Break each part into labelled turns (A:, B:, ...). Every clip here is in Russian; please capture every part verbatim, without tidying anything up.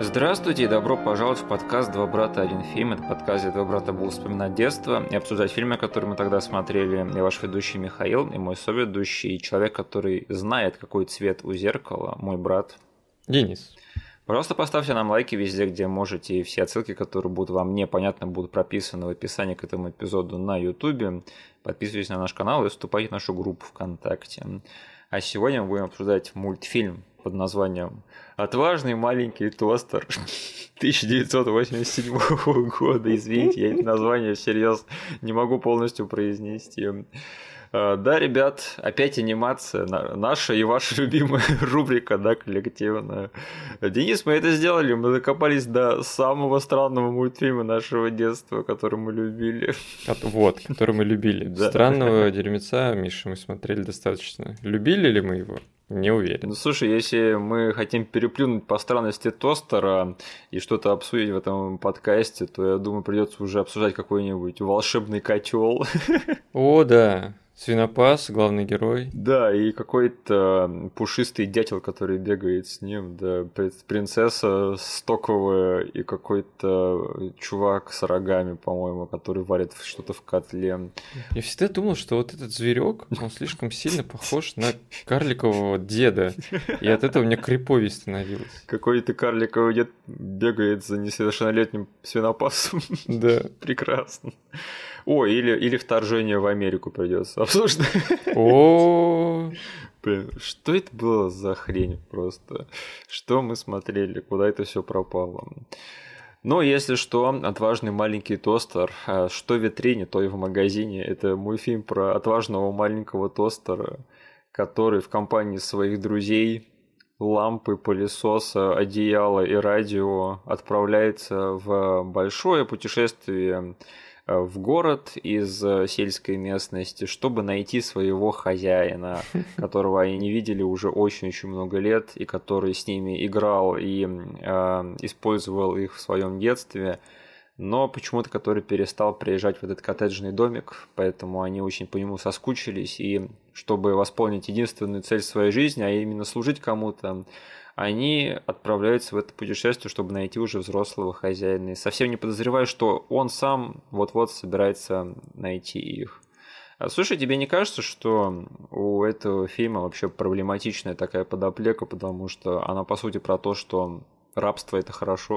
A: Здравствуйте и добро пожаловать в подкаст «Два брата, один фильм». Это подкаст, где два брата будут вспоминать детство и обсуждать фильмы, которые мы тогда смотрели. Я ваш ведущий Михаил и мой соведущий, человек, который знает, какой цвет у зеркала, мой брат
B: Денис.
A: Пожалуйста, поставьте нам лайки везде, где можете, и все отсылки, которые будут вам непонятны, будут прописаны в описании к этому эпизоду на YouTube. Подписывайтесь на наш канал и вступайте в нашу группу ВКонтакте. А сегодня мы будем обсуждать мультфильм под названием «Отважный маленький тостер» тысяча девятьсот восемьдесят седьмого года. Извините, я это название всерьез не могу полностью произнести. Да, ребят, опять анимация, наша и ваша любимая рубрика, да, коллективная. Денис, мы это сделали, мы докопались до самого странного мультфильма нашего детства, который мы любили.
B: Вот, который мы любили. Да. Странного дерьмеца, Миша, мы смотрели достаточно. Любили ли мы его? Не уверен.
A: Ну, слушай, если мы хотим переплюнуть по странности тостера и что-то обсудить в этом подкасте, то, я думаю, придется уже обсуждать какой-нибудь волшебный котел.
B: О, да. Свинопас, главный герой.
A: Да, и какой-то пушистый дятел, который бегает с ним, да, принцесса стоковая и какой-то чувак с рогами, по-моему, который варит что-то в котле.
B: Я всегда думал, что вот этот зверек, он слишком сильно похож на карликового деда, и от этого у меня криповей становилось.
A: Какой-то карликовый дед бегает за несовершеннолетним свинопасом.
B: Да.
A: Прекрасно. О, или, или вторжение в Америку придется обсуждать.
B: О,
A: блин, что это было за хрень просто? Что мы смотрели? Куда это все пропало? Ну, если что, «Отважный маленький тостер», что в витрине, то и в магазине. Это мультфильм про отважного маленького тостера, который в компании своих друзей, лампы, пылесоса, одеяла и радио отправляется в большое путешествие в город из сельской местности, чтобы найти своего хозяина, которого они не видели уже очень-очень много лет, и который с ними играл и э, использовал их в своем детстве, но почему-то который перестал приезжать в этот коттеджный домик, поэтому они очень по нему соскучились, и чтобы восполнить единственную цель своей жизни, а именно служить кому-то, они отправляются в это путешествие, чтобы найти уже взрослого хозяина. И совсем не подозревая, что он сам вот-вот собирается найти их. Слушай, тебе не кажется, что у этого фильма вообще проблематичная такая подоплека, потому что она, по сути, про то, что рабство – это хорошо.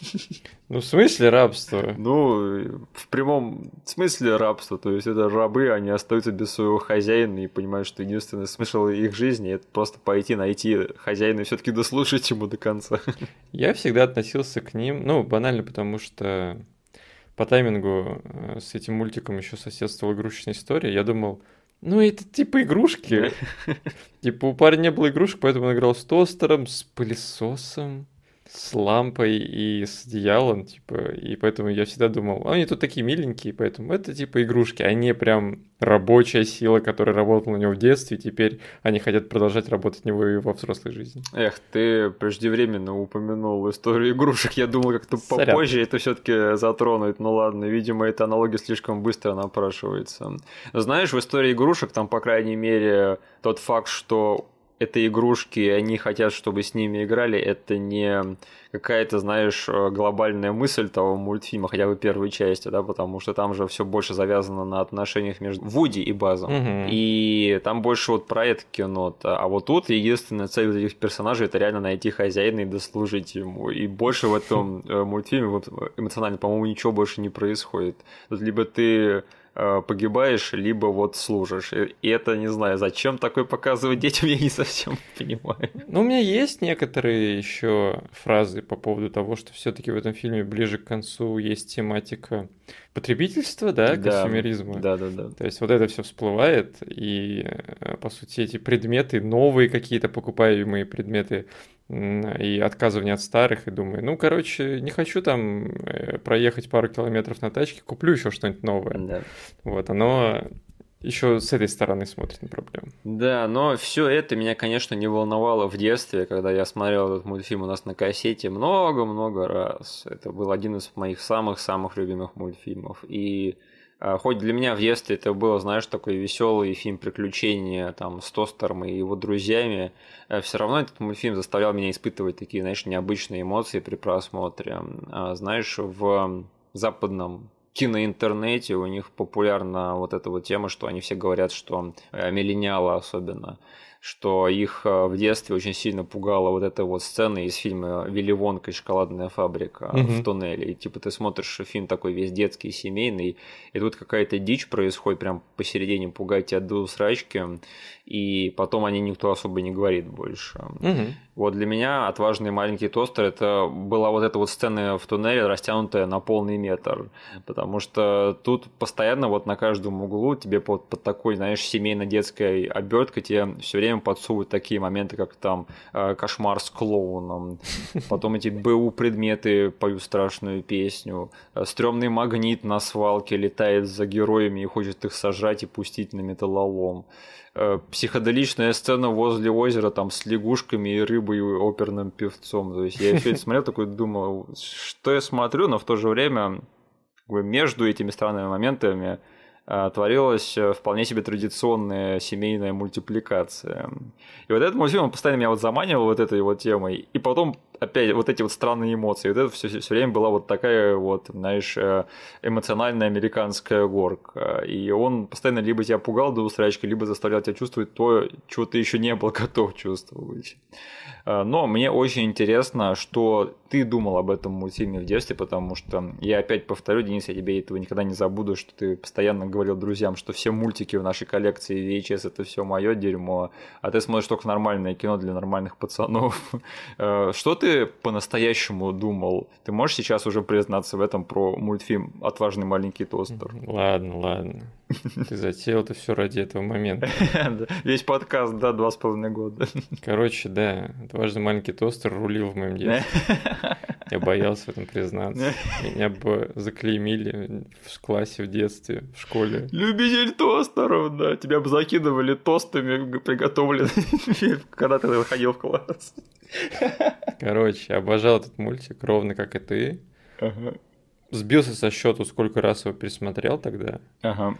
B: Ну, в смысле рабство?
A: Ну, в прямом смысле рабство. То есть, это рабы, они остаются без своего хозяина и понимают, что единственный смысл их жизни – это просто пойти найти хозяина и все-таки дослушать ему до конца.
B: Я всегда относился к ним, ну, банально, потому что по таймингу с этим мультиком еще соседствовала игрушечная история. Я думал, ну, это типа игрушки. Типа у парня не было игрушек, поэтому он играл с тостером, с пылесосом, с лампой и с одеялом, типа, и поэтому я всегда думал, они тут такие миленькие, поэтому это типа игрушки, а не прям рабочая сила, которая работала у него в детстве, и теперь они хотят продолжать работать у него и во взрослой жизни.
A: Эх, ты преждевременно упомянул историю игрушек, я думал, как-то попозже это все-таки затронуть, ну ладно, видимо, эта аналогия слишком быстро напрашивается. Знаешь, в истории игрушек там, по крайней мере, тот факт, что это игрушки, они хотят, чтобы с ними играли, это не какая-то, знаешь, глобальная мысль того мультфильма, хотя бы первой части, да, потому что там же все больше завязано на отношениях между Вуди и Базом.
B: Угу.
A: И там больше вот про это кино-то. А вот тут единственная цель этих персонажей – это реально найти хозяина и дослужить ему. И больше в этом мультфильме эмоционально, по-моему, ничего больше не происходит. Тут либо ты погибаешь, либо вот служишь. И это, не знаю, зачем такое показывать детям, я не совсем понимаю.
B: Ну, у меня есть некоторые еще фразы по поводу того, что все-таки в этом фильме ближе к концу есть тематика потребительства, да, консюмеризма.
A: Да, да, да.
B: То есть вот это все всплывает, и, по сути, эти предметы, новые какие-то покупаемые предметы, и отказывание от старых, и думаю, ну, короче, не хочу там проехать пару километров на тачке, куплю еще что-нибудь новое.
A: Да.
B: Вот, оно еще с этой стороны смотрит на проблему.
A: Да, но все это меня, конечно, не волновало в детстве, когда я смотрел этот мультфильм у нас на кассете много-много раз. Это был один из моих самых-самых любимых мультфильмов. И Хоть для меня в детстве это было, знаешь, такой веселый фильм приключения там, с Тостером и его друзьями, все равно этот мультфильм заставлял меня испытывать такие, знаешь, необычные эмоции при просмотре. Знаешь, в западном киноинтернете у них популярна вот эта вот тема, что они все говорят, что миллениалы особенно, что их в детстве очень сильно пугала вот эта вот сцена из фильма «Вилли Вонка и шоколадная фабрика» mm-hmm. в туннеле. И типа ты смотришь фильм такой весь детский, семейный, и тут какая-то дичь происходит прям посередине, пугать тебя до усрачки, и потом о ней никто особо не говорит больше. Mm-hmm. Вот для меня «Отважный маленький тостер» это была вот эта вот сцена в туннеле, растянутая на полный метр, потому что тут постоянно вот на каждом углу тебе под, под такой, знаешь, семейно-детской оберткой тебе все время подсовывают такие моменты, как там э, кошмар с клоуном, потом эти БУ предметы поют страшную песню, стрёмный магнит на свалке летает за героями и хочет их сожрать и пустить на металлолом. Психоделичная сцена возле озера там с лягушками и рыбой и оперным певцом. То есть я все это смотрел, такой думал, что я смотрю, но в то же время между этими странными моментами творилась вполне себе традиционная семейная мультипликация. И вот этот мультфильм, он постоянно меня вот заманивал вот этой вот темой, и потом опять вот эти вот странные эмоции. Вот это все, все время была вот такая вот, знаешь, эмоциональная американская горка. И он постоянно либо тебя пугал до усрачки, либо заставлял тебя чувствовать то, чего ты еще не был готов чувствовать. Но мне очень интересно, что ты думал об этом мультфильме в детстве, потому что я опять повторю, Денис, я тебе этого никогда не забуду, что ты постоянно говорил друзьям, что все мультики в нашей коллекции ви эйч эс это все мое дерьмо, а ты смотришь только нормальное кино для нормальных пацанов. Что ты по-настоящему думал? Ты можешь сейчас уже признаться в этом про мультфильм «Отважный маленький тостер»?
B: Ладно, ладно. Ты затеял это все ради этого момента.
A: Весь подкаст, да, два с половиной года.
B: Короче, да, «Отважный маленький тостер» рулил в моем детстве. Я боялся в этом признаться. Меня бы заклеймили в классе, в детстве, в школе.
A: Любитель тостеров, да. Тебя бы закидывали тостами приготовленными, когда ты выходил в класс.
B: Короче, обожал этот мультик, ровно как и ты.
A: Ага.
B: Сбился со счету, сколько раз его пересмотрел тогда.
A: Ага.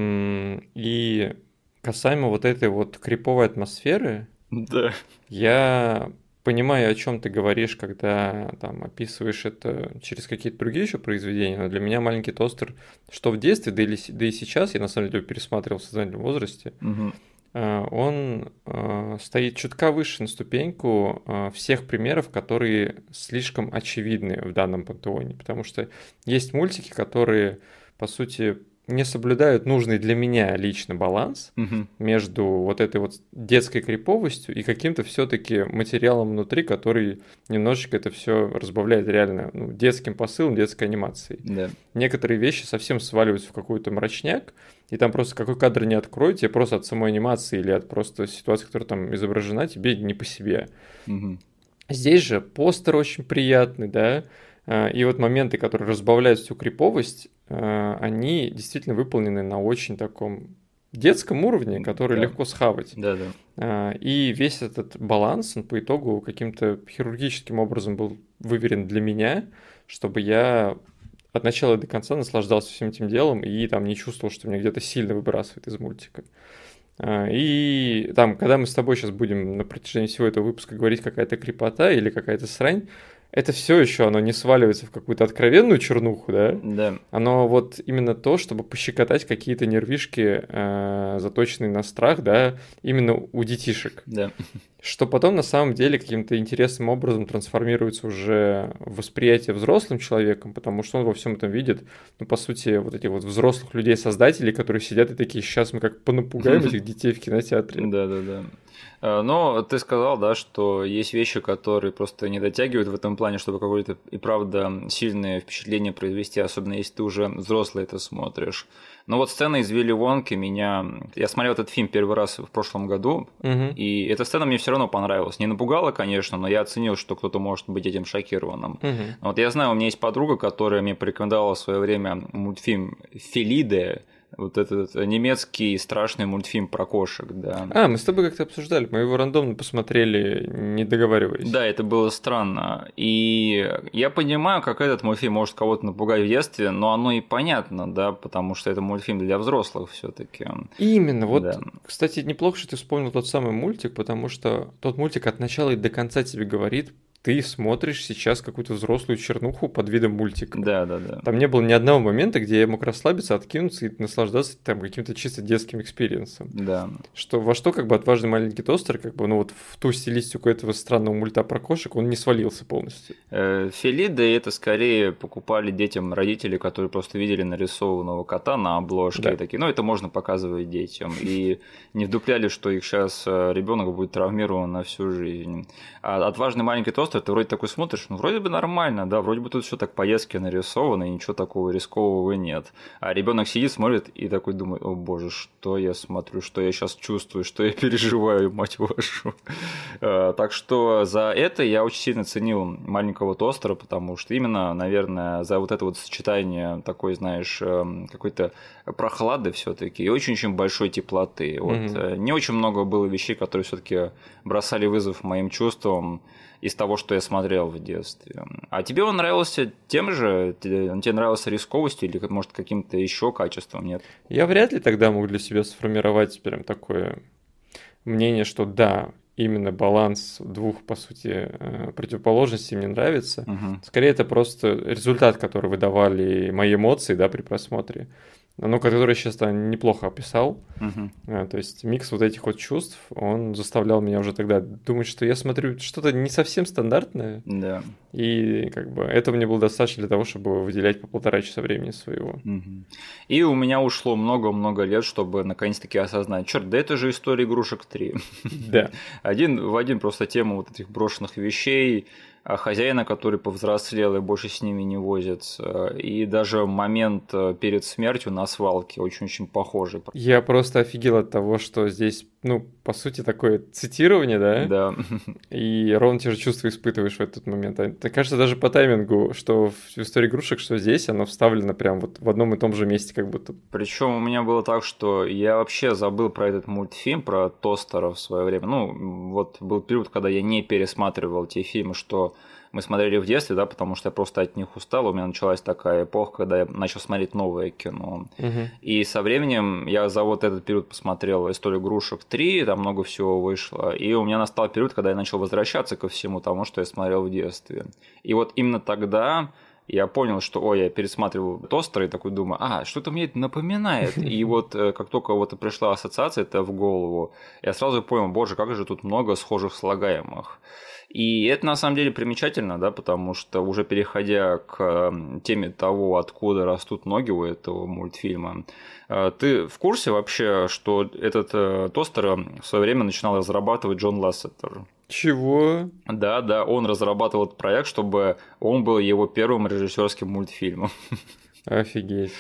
B: И касаемо вот этой вот криповой атмосферы,
A: да.
B: Я понимаю, о чем ты говоришь, когда там описываешь это через какие-то другие еще произведения, но для меня «Маленький тостер», что в детстве, да, или, да и сейчас, я на самом деле пересматривал в сознательном возрасте,
A: угу.
B: он стоит чутка выше на ступеньку всех примеров, которые слишком очевидны в данном пантеоне, потому что есть мультики, которые, по сути, не соблюдают нужный для меня лично баланс угу. между вот этой вот детской криповостью и каким-то все-таки материалом внутри, который немножечко это все разбавляет реально ну, детским посылом, детской анимацией.
A: Да.
B: Некоторые вещи совсем сваливаются в какой-то мрачняк, и там просто какой кадр не открой, тебе просто от самой анимации или от просто ситуации, которая там изображена, тебе не по себе.
A: Угу.
B: Здесь же постер очень приятный, да, и вот моменты, которые разбавляют всю криповость, они действительно выполнены на очень таком детском уровне, который да. легко схавать.
A: Да,
B: да. И весь этот баланс, он по итогу каким-то хирургическим образом был выверен для меня, чтобы я от начала до конца наслаждался всем этим делом и там не чувствовал, что меня где-то сильно выбрасывает из мультика. И там, когда мы с тобой сейчас будем на протяжении всего этого выпуска говорить какая-то крепота или какая-то срань, это все еще, оно не сваливается в какую-то откровенную чернуху, да?
A: Да.
B: Оно вот именно то, чтобы пощекотать какие-то нервишки, э, заточенные на страх, да, именно у детишек.
A: Да.
B: Что потом на самом деле каким-то интересным образом трансформируется уже в восприятие взрослым человеком, потому что он во всем этом видит, ну, по сути, вот этих вот взрослых людей-создателей, которые сидят и такие, сейчас мы как понапугаем этих детей в кинотеатре.
A: Да-да-да. Но ты сказал, да, что есть вещи, которые просто не дотягивают в этом плане, чтобы какое-то и правда сильное впечатление произвести, особенно если ты уже взрослый это смотришь. Но вот сцена из Вилли Вонки меня... Я смотрел этот фильм первый раз в прошлом году,
B: угу.
A: и эта сцена мне все равно понравилась. Не напугала, конечно, но я оценил, что кто-то может быть этим шокированным.
B: Угу.
A: Вот я знаю, у меня есть подруга, которая мне порекомендовала в свое время мультфильм «Фелиде», Вот этот немецкий страшный мультфильм про кошек, да.
B: А, мы с тобой как-то обсуждали, мы его рандомно посмотрели, не договариваясь.
A: Да, это было странно. И я понимаю, как этот мультфильм может кого-то напугать в детстве, но оно и понятно, да, потому что это мультфильм для взрослых все-таки.
B: Именно, вот,
A: Да.
B: кстати, неплохо, что ты вспомнил тот самый мультик, потому что тот мультик от начала и до конца тебе говорит, ты смотришь сейчас какую-то взрослую чернуху под видом мультика.
A: Да, да, да.
B: Там не было ни одного момента, где я мог расслабиться, откинуться и наслаждаться там каким-то чисто детским экспириенсом.
A: Да.
B: Что, во что как бы отважный маленький тостер, как бы, ну вот в ту стилистику этого странного мульта про кошек, он не свалился полностью.
A: Фелида это скорее покупали детям родители, которые просто видели нарисованного кота на обложке, да. И такие, ну это можно показывать детям. И не вдупляли, что их сейчас ребенок будет травмирован на всю жизнь. А отважный маленький тостер, ты вроде такой смотришь, ну вроде бы нормально, да, вроде бы тут все так по-детски нарисовано, и ничего такого рискового нет. А ребенок сидит, смотрит и такой думает, о боже, что я смотрю, что я сейчас чувствую, что я переживаю, мать вашу. Так что за это я очень сильно ценил маленького тостера, потому что именно, наверное, за вот это вот сочетание такой, знаешь, какой-то прохлады все-таки и очень-очень большой теплоты. Вот. Mm-hmm. Не очень много было вещей, которые все-таки бросали вызов моим чувствам из того, что я смотрел в детстве. А тебе он нравился тем же? Он тебе нравился рисковостью или, может, каким-то еще качеством, нет?
B: Я вряд ли тогда мог для себя сформировать прям такое мнение, что да, именно баланс двух, по сути, противоположностей мне нравится.
A: Угу.
B: Скорее, это просто результат, который выдавали мои эмоции, да, при просмотре. Ну, который я сейчас неплохо описал.
A: Uh-huh.
B: То есть микс вот этих вот чувств, он заставлял меня уже тогда думать, что я смотрю что-то не совсем стандартное.
A: Да.
B: И как бы этого мне было достаточно для того, чтобы выделять по полтора часа времени своего.
A: Uh-huh. И у меня ушло много-много лет, чтобы наконец-таки осознать, черт, да это же история игрушек три.
B: Да.
A: Один в один просто тема вот этих брошенных вещей, хозяина, который повзрослел и больше с ними не возится, и даже момент перед смертью на свалке очень-очень похожий.
B: Я просто офигел от того, что здесь, ну, по сути, такое цитирование, да?
A: Да.
B: И ровно те же чувства испытываешь в этот момент. Это кажется даже по таймингу, что в истории игрушек, что здесь, оно вставлено прям вот в одном и том же месте как будто.
A: Причем у меня было так, что я вообще забыл про этот мультфильм, про тостера в свое время. Ну, вот был период, когда я не пересматривал те фильмы, что мы смотрели в детстве, да, потому что я просто от них устал. У меня началась такая эпоха, когда я начал смотреть новое кино.
B: Uh-huh.
A: И со временем я за вот этот период посмотрел «Историю игрушек три», там много всего вышло. И у меня настал период, когда я начал возвращаться ко всему тому, что я смотрел в детстве. И вот именно тогда я понял, что, ой, я пересматривал тостер и такой думаю, а, что-то мне это напоминает. И вот как только вот пришла ассоциация это в голову, я сразу понял, боже, как же тут много схожих слагаемых. И это на самом деле примечательно, да, потому что уже переходя к теме того, откуда растут ноги у этого мультфильма, ты в курсе вообще, что этот тостер в свое время начинал разрабатывать Джон Лассетер?
B: Чего?
A: Да, да, он разрабатывал этот проект, чтобы он был его первым режиссерским мультфильмом.
B: Офигеть.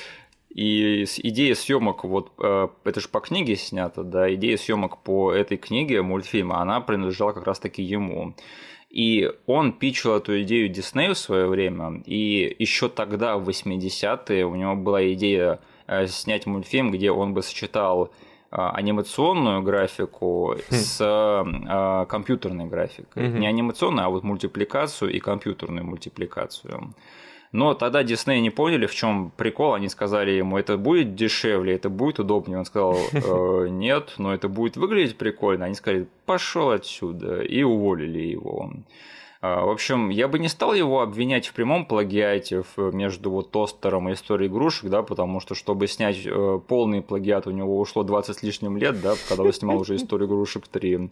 A: И идея съемок, вот это же по книге снято, да, идея съемок по этой книге мультфильма, она принадлежала как раз-таки ему. И он питчил эту идею Диснею в свое время, и еще тогда, в восьмидесятые, у него была идея снять мультфильм, где он бы сочетал анимационную графику с э, компьютерной графикой. Mm-hmm. Не анимационную, а вот мультипликацию и компьютерную мультипликацию. Но тогда Дисней не поняли, в чем прикол. Они сказали ему, это будет дешевле, это будет удобнее. Он сказал, э, нет, но это будет выглядеть прикольно. Они сказали, пошел отсюда, и уволили его. В общем, я бы не стал его обвинять в прямом плагиате между вот тостером и историей игрушек, да, потому что, чтобы снять полный плагиат, у него ушло двадцать с лишним лет, да, когда он снимал уже историю игрушек три.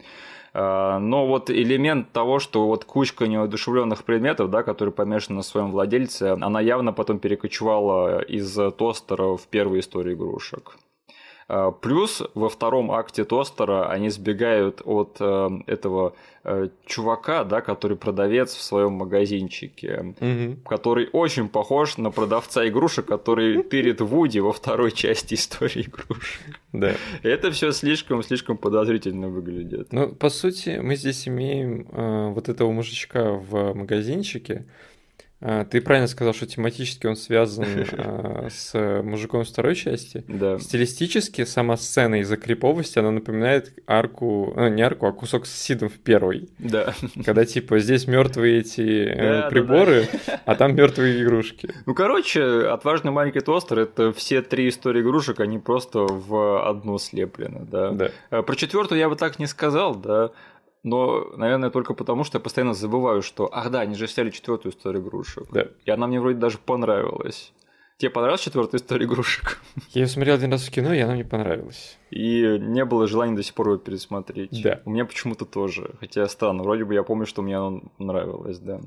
A: Но вот элемент того, что вот кучка неодушевленных предметов, да, которые помешаны на своем владельце, она явно потом перекочевала из тостера в первую историю игрушек. Плюс во втором акте тостера они сбегают от э, этого э, чувака, да, который продавец в своем магазинчике,
B: угу.
A: который очень похож на продавца игрушек, который тырит Вуди во второй части истории игрушек.
B: Да.
A: Это все слишком-слишком подозрительно выглядит.
B: Ну, по сути, мы здесь имеем э, вот этого мужичка в магазинчике, А, Ты правильно сказал, что тематически он связан а, с мужиком второй части.
A: Да.
B: Стилистически сама сцена из-за криповости, она напоминает арку, ну, не арку, а кусок с Сидом в первой.
A: Да.
B: Когда типа здесь мертвые эти
A: Да,
B: э,
A: да,
B: приборы,
A: да.
B: а там мертвые игрушки.
A: Ну, короче, «Отважный маленький тостер» — это все три истории игрушек, они просто в одну слеплены, да.
B: Да.
A: А Про четвертую я бы так не сказал, да. Но, наверное, только потому, что я постоянно забываю, что, ах да, они же сняли четвертую историю игрушек.
B: Да.
A: И она мне вроде даже понравилась. Тебе понравилась четвертая история игрушек?
B: Я ее смотрел один раз в кино, и она мне понравилась.
A: И не было желания до сих пор его пересмотреть.
B: Да.
A: У меня почему-то тоже. Хотя странно, вроде бы я помню, что мне она нравилась, да.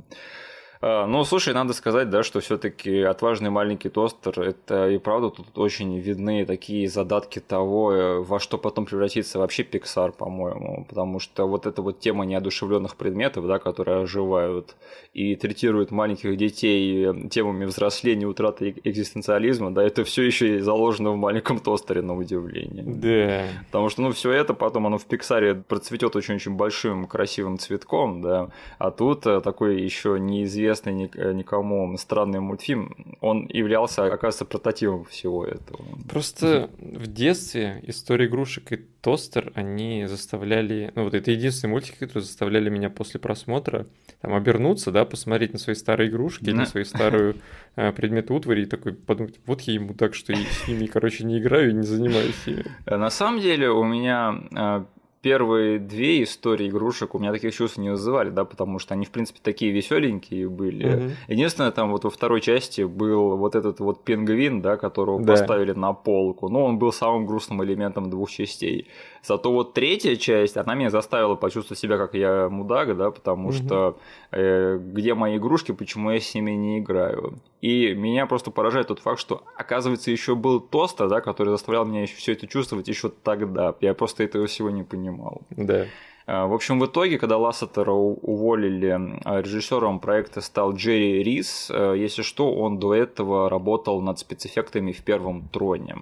A: А, Ну, слушай, надо сказать, да, что все-таки «Отважный маленький тостер» — это и правда тут очень видны такие задатки того, э, во что потом превратится вообще Pixar, по-моему, потому что вот эта вот тема неодушевленных предметов, да, которые оживают и третируют маленьких детей э, темами взросления, утраты э- экзистенциализма, да, это все еще и заложено в маленьком тостере, на удивление.
B: Да.
A: Потому что, ну, все это потом оно в Пиксаре процветет очень-очень большим красивым цветком, да, а тут э, такой еще неизвестный ни- э, никому странный мультфильм, он являлся, оказывается, прототипом всего этого.
B: Просто в детстве история игрушек и тостер, они заставляли... Ну, вот это единственный мультик, который заставляли меня после просмотра там обернуться, да, посмотреть на свои старые игрушки, или на свои старые э, предметы утвари и такой подумать, вот я ему так, что и с ними, короче, не играю и не занимаюсь ими.
A: Э, На самом деле у меня э, первые две истории игрушек у меня таких чувств не вызывали, да, потому что они, в принципе, такие веселенькие были.
B: Мгм.
A: Единственное, там вот во второй части был вот этот вот пингвин, да, которого
B: Да.
A: поставили на полку, но он был самым грустным элементом двух частей. Зато вот третья часть, она меня заставила почувствовать себя как я мудак, да, потому
B: Мгм.
A: что э, где мои игрушки, почему я с ними не играю. И меня просто поражает тот факт, что, оказывается, еще был тостер, да, который заставлял меня все это чувствовать еще тогда. Я просто этого всего не понимал.
B: Да.
A: А, В общем, в итоге, когда Лассетера у- уволили, а, режиссером проекта стал Джерри Рис. А, Если что, он до этого работал над спецэффектами в «Первом троне».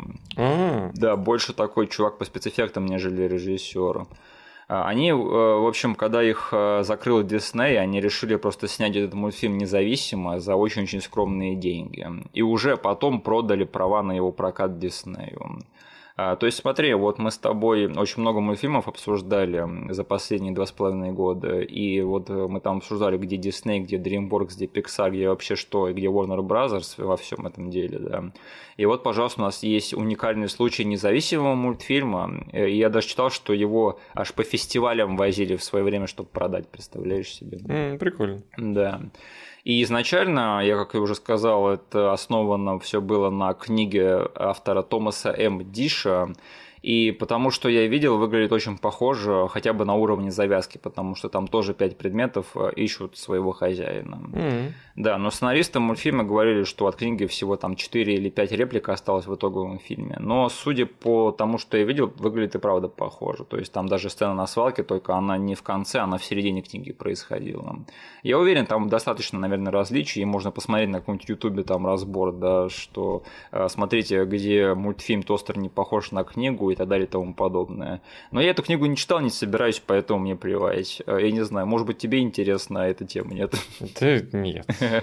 B: А,
A: Да, больше такой чувак по спецэффектам, нежели режиссер. А, Они, э, в общем, когда их э, закрыл Дисней, они решили просто снять этот мультфильм независимо за очень-очень скромные деньги. И уже потом продали права на его прокат Диснею. А, То есть, смотри, вот мы с тобой очень много мультфильмов обсуждали за последние два с половиной года, и вот э, мы там обсуждали, где Disney, где DreamWorks, где Pixar, где вообще что, и где Warner Brothers во всем этом деле, да. И вот, пожалуйста, у нас есть уникальный случай независимого мультфильма, э, и я даже читал, что его аж по фестивалям возили в свое время, чтобы продать, представляешь себе?
B: м, прикольно.
A: Да. И изначально, я как и уже сказал, это основано все было на книге автора Томаса М. Диша. И потому что я видел, выглядит очень похоже, хотя бы на уровне завязки, потому что там тоже пять предметов э, ищут своего хозяина.
B: М.
A: Да, но сценаристы мультфильма говорили, что от книги всего там четыре или пять реплик осталось в итоговом фильме. Но судя по тому, что я видел, выглядит и правда похоже. То есть там даже сцена на свалке, только она не в конце, она в середине книги происходила. Я уверен, там достаточно, наверное, различий, и можно посмотреть на каком-нибудь ютубе там разбор, да, что э, смотрите, где мультфильм «Тостер» не похож на книгу и так далее и тому подобное. Но я эту книгу не читал, не собираюсь, поэтому мне плевать. Э, Я не знаю, может быть, тебе интересна эта тема, нет?
B: Да нет.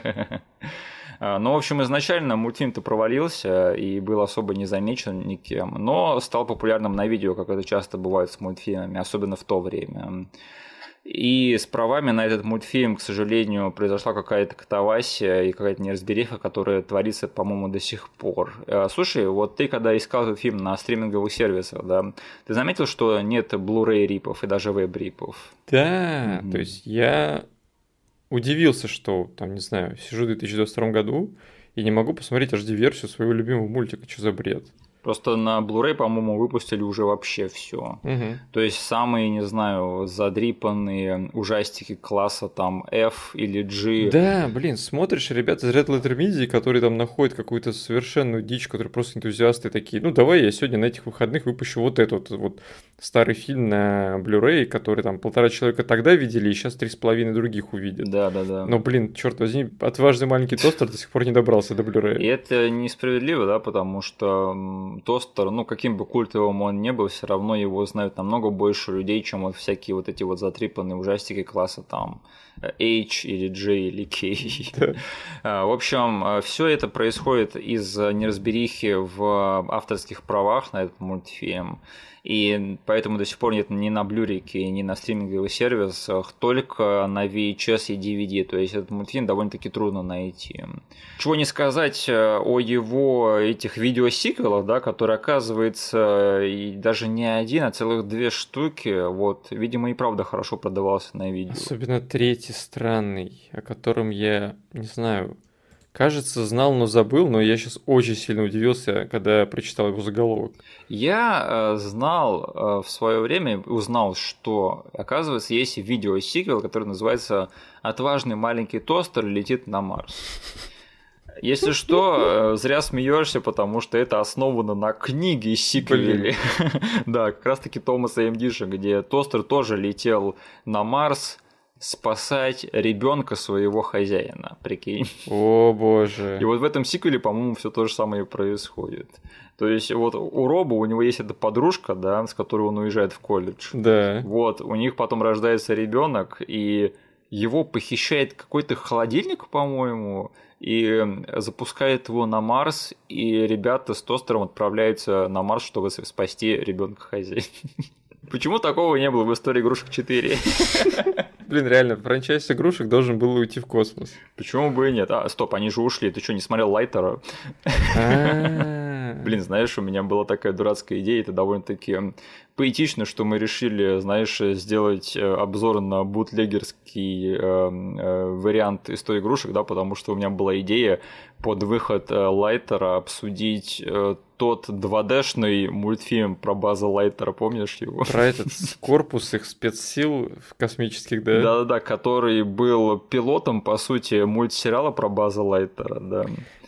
A: А, Ну, в общем, изначально мультфильм-то провалился и был особо не замечен никем, но стал популярным на видео, как это часто бывает с мультфильмами, особенно в то время. И с правами на этот мультфильм, к сожалению, произошла какая-то катавасия и какая-то неразбериха, которая творится, по-моему, до сих пор. Э, Слушай, вот ты, когда искал этот фильм на стриминговых сервисах, да, ты заметил, что нет Blu-ray рипов и даже веб-рипов?
B: Да,
A: Мгм.
B: то есть я удивился, что, там, не знаю, сижу в две тысячи двадцать втором году и не могу посмотреть эйч ди-версию своего любимого мультика. Что за бред?
A: Просто на Blu-ray, по-моему, выпустили уже вообще все.
B: Мгм.
A: То есть самые, не знаю, задрипанные ужастики класса там F или G.
B: Да, блин, смотришь, ребята из Red Letter Media, которые там находят какую-то совершенную дичь, которые просто энтузиасты такие, ну давай я сегодня на этих выходных выпущу вот этот вот старый фильм на Blu-ray, который там полтора человека тогда видели, и сейчас три с половиной других увидят.
A: Да, да, да.
B: Но, блин, черт возьми, отважный маленький тостер до сих пор не добрался до
A: И
B: Blu-ray.
A: это несправедливо, да, потому что м, тостер, ну, каким бы культовым он ни был, все равно его знают намного больше людей, чем вот всякие вот эти вот затрипанные ужастики класса там H или J или K. В общем, все это происходит из неразберихи в авторских правах на этот мультфильм. И поэтому до сих пор нет ни на блюрике, ни на стриминговых сервисах, только на ви эйч эс и ди ви ди. То есть этот мультфильм довольно-таки трудно найти. Чего не сказать о его этих видеосиквелах, да, которые, оказывается, и даже не один, а целых две штуки. Вот, видимо, и правда хорошо продавался на видео.
B: Особенно третий странный, о котором я не знаю. Кажется, знал, но забыл, но я сейчас очень сильно удивился, когда прочитал его заголовок.
A: Я э, знал э, в свое время, узнал, что, оказывается, есть видеосиквел, который называется «Отважный маленький тостер летит на Марс». Если что, э, зря смеешься, потому что это основано на книге сиквеле. Да, как раз-таки Томаса Эмдиша, где тостер тоже летел на Марс спасать ребенка своего хозяина, прикинь.
B: О боже.
A: И вот в этом сиквеле, по-моему, все то же самое происходит. То есть вот у Роба, у него есть эта подружка, да, с которой он уезжает в колледж.
B: Да.
A: Вот, у них потом рождается ребенок, и его похищает какой-то холодильник, по-моему, и запускает его на Марс, и ребята с тостером отправляются на Марс, чтобы спасти ребенка хозяина. Почему такого не было в истории игрушек четыре?
B: Блин, реально, франчайз игрушек должен был уйти в космос.
A: Почему бы и нет? А, стоп, они же ушли. Ты что, не смотрел Лайтера? Блин, знаешь, у меня была такая дурацкая идея, это довольно-таки поэтично, что мы решили, знаешь, сделать обзор на бутлегерский э, э, вариант истории игрушек, да, потому что у меня была идея под выход Лайтера обсудить э, тот два дэ-шный мультфильм про База Лайтера, помнишь его?
B: Про этот корпус их спецсил космических, да?
A: Да-да-да, который был пилотом, по сути, мультсериала про База Лайтера, да.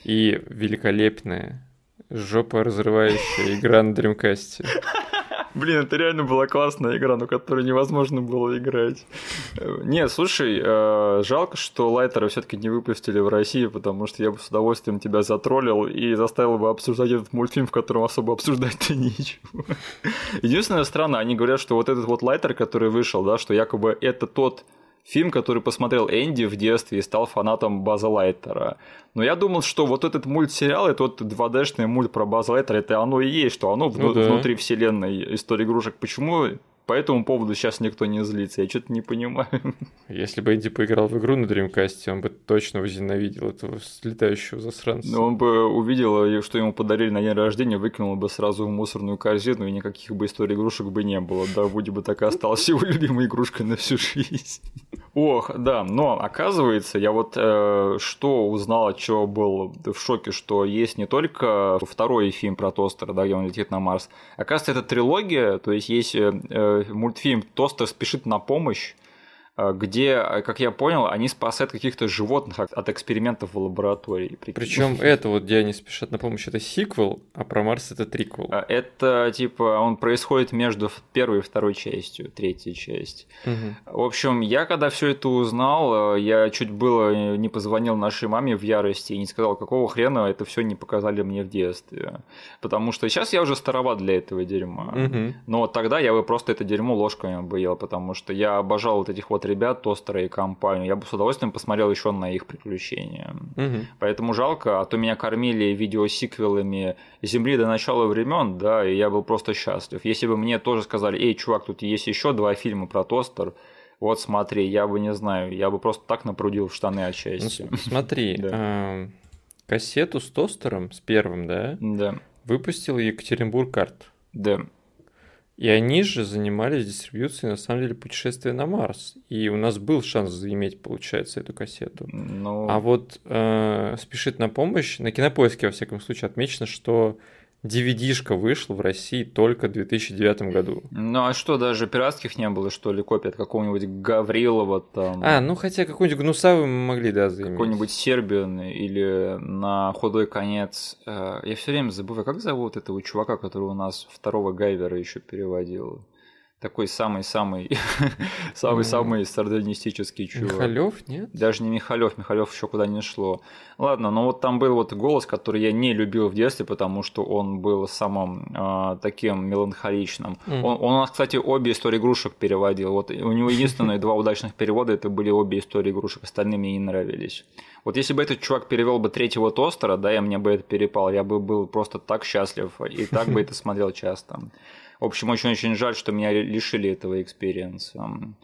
B: И великолепная жопа разрывающая игра на Dreamcast.
A: Блин, это реально была классная игра, но которой невозможно было играть. Не, слушай, жалко, что Лайтера все-таки не выпустили в России, потому что я бы с удовольствием тебя затроллил и заставил бы обсуждать этот мультфильм, в котором особо обсуждать-то нечего. Единственное странно, они говорят, что вот этот вот Лайтер, который вышел, да, что якобы это тот фильм, который посмотрел Энди в детстве и стал фанатом База Лайтера. Но я думал, что вот этот мультсериал, это вот два дэ-шный мульт про База Лайтера, это оно и есть, что оно ну, да. внутри вселенной истории игрушек. Почему по этому поводу сейчас никто не злится? Я что-то не понимаю.
B: Если бы Энди поиграл в игру на Dreamcast, он бы точно возненавидел этого летающего засранца.
A: Но он бы увидел, что ему подарили на день рождения, выкинул бы сразу в мусорную корзину, и никаких бы историй игрушек бы не было. Да, Вуди бы так и осталась его любимой игрушкой на всю жизнь. Ох, да, но оказывается, я вот э, что узнал, от чего был в шоке, что есть не только второй фильм про тостера, да, где он летит на Марс. Оказывается, это трилогия, то есть есть э, мультфильм «Тостер спешит на помощь», где, как я понял, они спасают каких-то животных от экспериментов в лаборатории.
B: Причем это вот, где они спешат на помощь, это сиквел, а про Марс это триквел.
A: Это, типа, он происходит между первой и второй частью, третьей частью. Угу. В общем, я когда все это узнал, я чуть было не позвонил нашей маме в ярости и не сказал, какого хрена это все не показали мне в детстве. Потому что сейчас я уже староват для этого дерьма. Угу. Но тогда я бы просто это дерьмо ложками бы ел, потому что я обожал вот этих вот ребят, тостера и компанию. Я бы с удовольствием посмотрел еще на их приключения. Угу. Поэтому жалко, а то меня кормили видеосиквелами Земли до начала времен, да, и я был просто счастлив. Если бы мне тоже сказали, эй, чувак, тут есть еще два фильма про тостер, вот смотри, я бы не знаю, я бы просто так напрудил в штаны от счастья.
B: Ну, смотри, да. Кассету с тостером, с первым, да?
A: Да.
B: Выпустил Екатеринбург Арт.
A: Да.
B: И они же занимались дистрибьюцией, на самом деле, путешествия на Марс. И у нас был шанс заиметь, получается, эту кассету.
A: Ну...
B: А вот э, «Спешит на помощь», на Кинопоиске, во всяком случае, отмечено, что ди ви ди-шка вышла в России только в две тысячи девятом году.
A: Ну а что, даже пиратских не было, что ли, копий от какого-нибудь Гаврилова там?
B: А, ну хотя какой-нибудь гнусавый мы могли, да, заиметь.
A: Какой-нибудь Сербиан или на худой конец. Я все время забываю, как зовут этого чувака, который у нас второго Гайвера еще переводил? Такой самый-самый, самый-самый сардонистический чувак.
B: Михалёв, нет?
A: Даже не Михалёв, Михалёв еще куда не шло. Ладно, но вот там был вот голос, который я не любил в детстве, потому что он был самым э, таким меланхоличным. Mm. Он, он у нас, кстати, обе истории игрушек переводил. Вот у него единственные два удачных перевода это были обе истории игрушек, остальные мне не нравились. Вот если бы этот чувак перевел бы третьего тостера, да, и мне бы это перепало, я бы был просто так счастлив и так бы это смотрел часто. В общем, очень-очень жаль, что меня лишили этого экспириенса.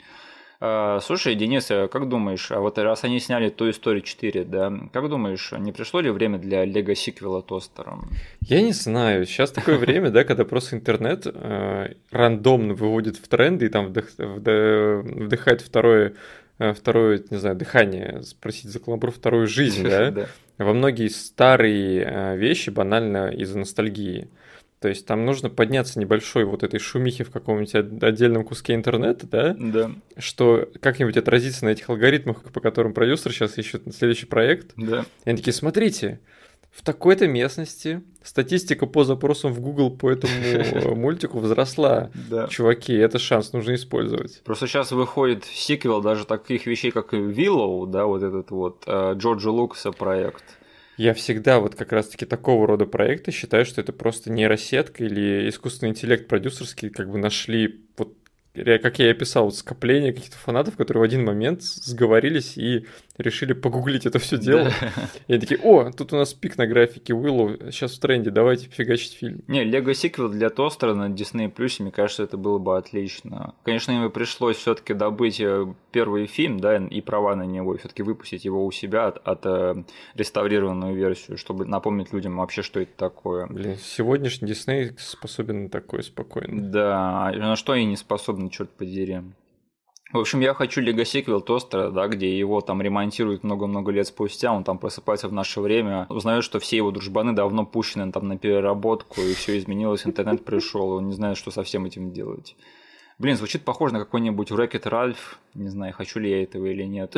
A: Слушай, Денис, как думаешь, а вот раз они сняли Toy Story четыре, да, как думаешь, не пришло ли время для лего-сиквела тостера?
B: Я не знаю, сейчас такое время, да, когда просто интернет э, рандомно выводит в тренды и там вдох, вдох, вдыхает второе, второе, не знаю, дыхание, спросить за каламбур, вторую жизнь, да, во многие старые вещи банально из-за ностальгии. То есть там нужно подняться небольшой вот этой шумихи в каком-нибудь отдельном куске интернета, да?
A: Да.
B: Что как-нибудь отразится на этих алгоритмах, по которым продюсер сейчас ищет следующий проект.
A: Да.
B: И они такие, смотрите, в такой-то местности статистика по запросам в Google по этому мультику возросла.
A: Да.
B: Чуваки, это шанс, нужно использовать.
A: Просто сейчас выходит сиквел даже таких вещей, как Willow, да, вот этот вот Джорджа Лукаса проект.
B: Я всегда вот как раз-таки такого рода проекты считаю, что это просто нейросетка или искусственный интеллект продюсерский, как бы нашли, вот, как я и описал, вот скопление каких-то фанатов, которые в один момент сговорились и решили погуглить это все дело. Да. И они такие, о, тут у нас пик на графике Willow, сейчас в тренде, давайте фигачить фильм.
A: Не, лего-сиквел для тостера на Disney+, мне кажется, это было бы отлично. Конечно, им пришлось все таки добыть первый фильм, да, и права на него, и все таки выпустить его у себя от, от э, реставрированную версию, чтобы напомнить людям вообще, что это такое.
B: Блин, сегодняшний Disney способен на такое спокойно.
A: Да, на что они не способны, черт подери. В общем, я хочу лего-сиквел тостера, да, где его там ремонтируют много-много лет спустя, он там просыпается в наше время, узнает, что все его дружбаны давно пущены там на переработку, и все изменилось, интернет пришел, он не знает, что со всем этим делать. Блин, звучит похоже на какой-нибудь Wreck-It Ralph, не знаю, хочу ли я этого или нет.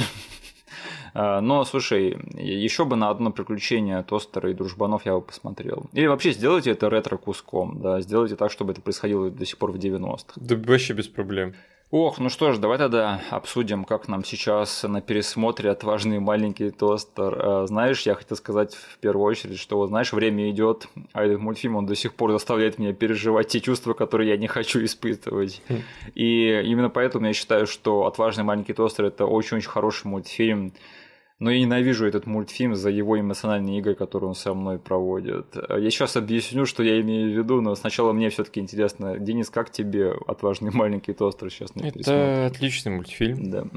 A: Но, слушай, еще бы на одно приключение тостера и дружбанов я бы посмотрел. Или вообще сделайте это ретро-куском, да, сделайте так, чтобы это происходило до сих пор в девяностых.
B: Да вообще без проблем.
A: Ох, ну что ж, давай тогда обсудим, как нам сейчас на пересмотре «Отважный маленький тостер». Знаешь, я хотел сказать в первую очередь, что, вот, знаешь, время идет, а этот мультфильм, он до сих пор заставляет меня переживать те чувства, которые я не хочу испытывать. Хм. И именно поэтому я считаю, что «Отважный маленький тостер» — это очень-очень хороший мультфильм. Но я ненавижу этот мультфильм за его эмоциональные игры, которые он со мной проводит. Я сейчас объясню, что я имею в виду, но сначала мне все-таки интересно, Денис, как тебе «Отважный маленький тостер» сейчас на пересмотре?
B: Это отличный мультфильм.
A: Да.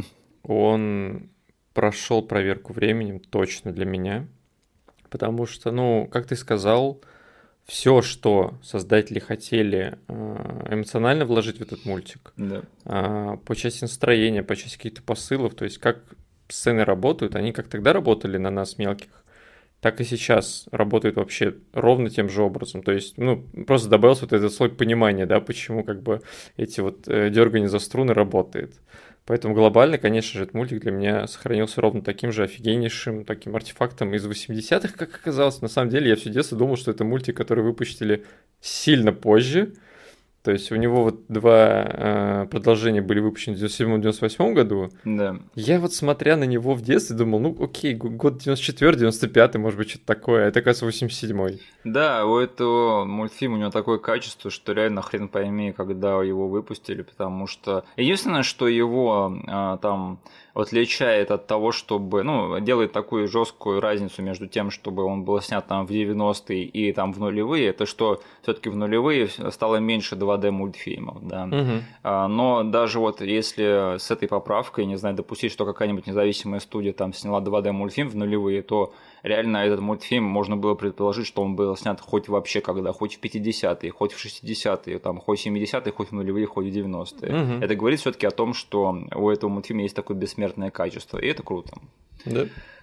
B: Он прошел проверку временем точно для меня, потому что, ну, как ты сказал, все, что создатели хотели эмоционально вложить в этот мультик,
A: да.
B: по части настроения, по части каких-то посылов, то есть как сцены работают, они как тогда работали на нас мелких, так и сейчас работают вообще ровно тем же образом. То есть, ну, просто добавился вот этот слой понимания, да, почему как бы эти вот э, дергания за струны работает. Поэтому глобально, конечно же, этот мультик для меня сохранился ровно таким же офигеннейшим таким артефактом из восьмидесятых, как оказалось. На самом деле, я все детство думал, что это мультик, который выпустили сильно позже. То есть у него вот два э, продолжения были выпущены в девяносто седьмом — девяносто восьмом году.
A: Да.
B: Я вот, смотря на него в детстве, думал, ну окей, год девяносто четвёртый — девяносто пятый, может быть, что-то такое. Это, оказывается, восемьдесят седьмой.
A: Да, у этого мультфильма у него такое качество, что реально хрен пойми, когда его выпустили, потому что единственное, что его э, там отличает от того, чтобы, ну, делает такую жесткую разницу между тем, чтобы он был снят там в девяностые и там в нулевые, это что все-таки в нулевые стало меньше два дэ мультфильмов, да.
B: Угу.
A: А, но даже вот если с этой поправкой, не знаю, допустить, что какая-нибудь независимая студия там сняла два дэ мультфильм в нулевые, то реально этот мультфильм можно было предположить, что он был снят хоть вообще когда, хоть в пятидесятые, хоть в шестидесятые, там, хоть в семидесятые, хоть в нулевые, хоть в девяностые.
B: Угу.
A: Это говорит все-таки о том, что у этого мультфильма есть такое бессмертное качество, и это круто.
B: Да.